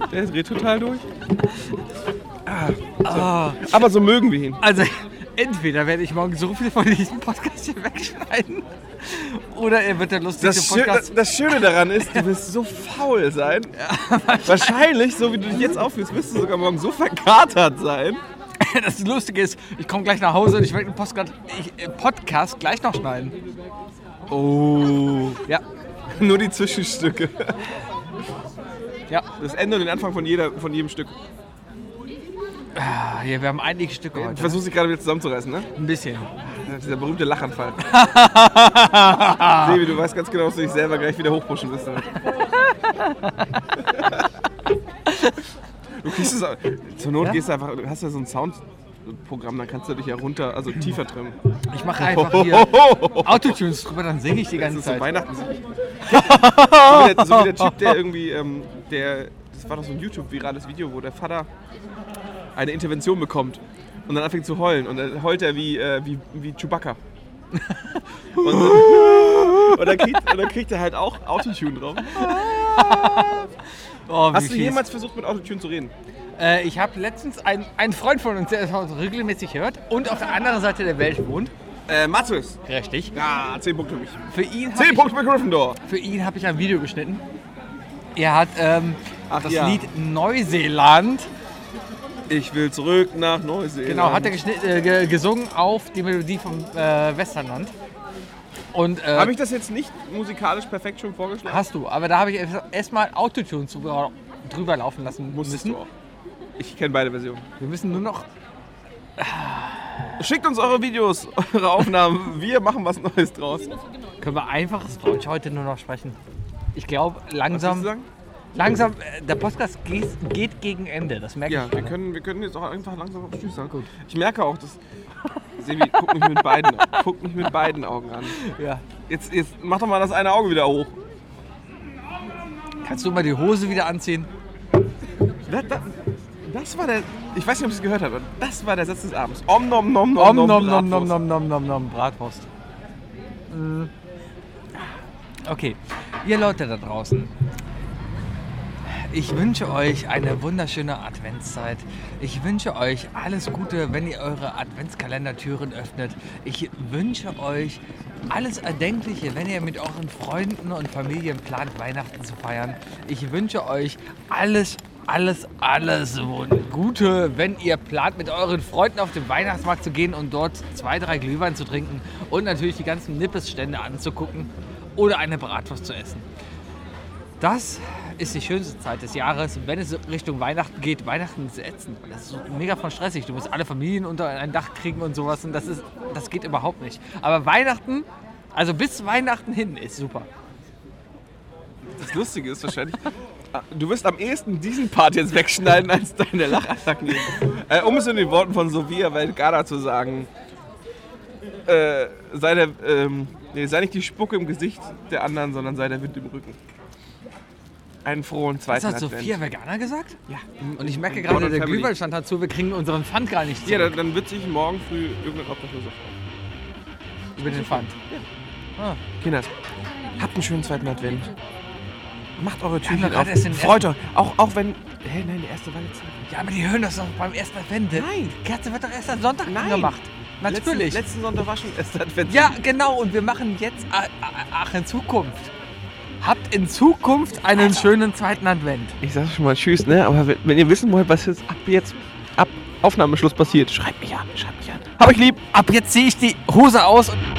Aber so mögen wir ihn. Also, entweder werde ich morgen so viel von diesem Podcast hier wegschneiden, oder er wird der lustigste Podcast. Das Schöne daran ist, du wirst so faul sein. Wahrscheinlich, so wie du dich jetzt auffühlst, wirst du sogar morgen so verkatert sein. Das Lustige ist, ich komme gleich nach Hause und ich werde den Podcast gleich noch schneiden. Oh. Ja. Nur die Zwischenstücke. Ja. Das Ende und den Anfang von jedem Stück. Hier, wir haben einige Stücke heute. Ich versuche sie gerade wieder zusammenzureißen, ne? Ein bisschen. Dieser berühmte Lachanfall. Sebi, du weißt ganz genau, dass du dich selber gleich wieder hochpushen wirst. Du kriegst es, zur Not gehst du einfach, du hast ja so ein Soundprogramm, dann kannst du dich ja runter, also tiefer trimmen. Ich mache einfach hier Autotunes drüber, dann singe ich die ganze Zeit. So Weihnachtsmusik. so wie der Typ, der irgendwie, das war doch so ein YouTube-virales Video, wo der Vater eine Intervention bekommt und dann anfängt zu heulen und dann heult er wie Chewbacca. und dann kriegt er halt auch Autotune drauf. Oh, hast du jemals versucht, mit Autotune zu reden? Ich habe letztens einen Freund von uns, der das regelmäßig hört und auf der anderen Seite der Welt wohnt. Matthäus. Richtig. Ja, 10 Punkte für mich. Für ihn 10 Punkte für Gryffindor. Für ihn habe ich ein Video geschnitten. Er hat das ja. Lied Neuseeland. Ich will zurück nach Neuseeland. Genau, hat er gesungen auf die Melodie vom Westernland. Habe ich das jetzt nicht musikalisch perfekt schon vorgeschlagen? Hast du, aber da habe ich erstmal Autotune drüber laufen lassen müssen. Du auch. Ich kenne beide Versionen. Wir müssen nur noch... Schickt uns eure Videos, eure Aufnahmen. Wir machen was Neues draus. Können wir einfaches Deutsch heute nur noch sprechen? Ich glaube, langsam... Was willst du sagen? Langsam, der Podcast geht gegen Ende, das merke ich. Ja, wir können jetzt auch einfach langsam auf Tschüss sagen. Gut. Ich merke auch, dass... Sebi, guck mich mit beiden Augen an. Ja. Jetzt mach doch mal das eine Auge wieder hoch. Kannst du mal die Hose wieder anziehen? Das war der... Ich weiß nicht, ob ihr es gehört habt, aber das war der Satz des Abends. Om nom nom Om nom nom nom nom nom nom nom nom Bratwurst. Okay, ihr Leute da draußen. Ich wünsche euch eine wunderschöne Adventszeit. Ich wünsche euch alles Gute, wenn ihr eure Adventskalendertüren öffnet. Ich wünsche euch alles Erdenkliche, wenn ihr mit euren Freunden und Familien plant, Weihnachten zu feiern. Ich wünsche euch alles Gute, wenn ihr plant, mit euren Freunden auf den Weihnachtsmarkt zu gehen und dort 2, 3 Glühwein zu trinken und natürlich die ganzen Nippesstände anzugucken oder eine Bratwurst zu essen. Das ist die schönste Zeit des Jahres, wenn es Richtung Weihnachten geht. Weihnachten ist ätzend, das ist so mega von stressig. Du musst alle Familien unter ein Dach kriegen und sowas und das geht überhaupt nicht. Aber Weihnachten, also bis Weihnachten hin, ist super. Das Lustige ist wahrscheinlich, du wirst am ehesten diesen Part jetzt wegschneiden, als deine Lachattacken geben. Um es in den Worten von Sofia Vergara zu sagen, sei nicht die Spucke im Gesicht der anderen, sondern sei der Wind im Rücken. Einen frohen zweiten Das hat Advent. Sophia Vergana gesagt? Ja. Und ich merke gerade, der Glühwein stand dazu, wir kriegen unseren Pfand gar nicht zurück. Ja, dann wird sich morgen früh irgendein Obdachloser freuen. Über den Pfand. Ja. Kinders, habt einen schönen zweiten Advent. Macht eure haben Türchen doch auf. gerade erst den Freut euch. Auch wenn Hä, nein, der erste war letzte Woche. Ja, aber die hören das doch beim ersten Advent. Nein. Die Kerze wird doch erst am Sonntag Nein. gemacht. Natürlich. Letzten Sonntag war schon erster Advent. Ja, genau. Und wir machen jetzt, in Zukunft. Habt in Zukunft einen schönen zweiten Advent. Ich sag schon mal tschüss, ne? Aber wenn ihr wissen wollt, was jetzt ab Aufnahmeschluss passiert, schreibt mich an. Hab ich lieb. Ab jetzt ziehe ich die Hose aus und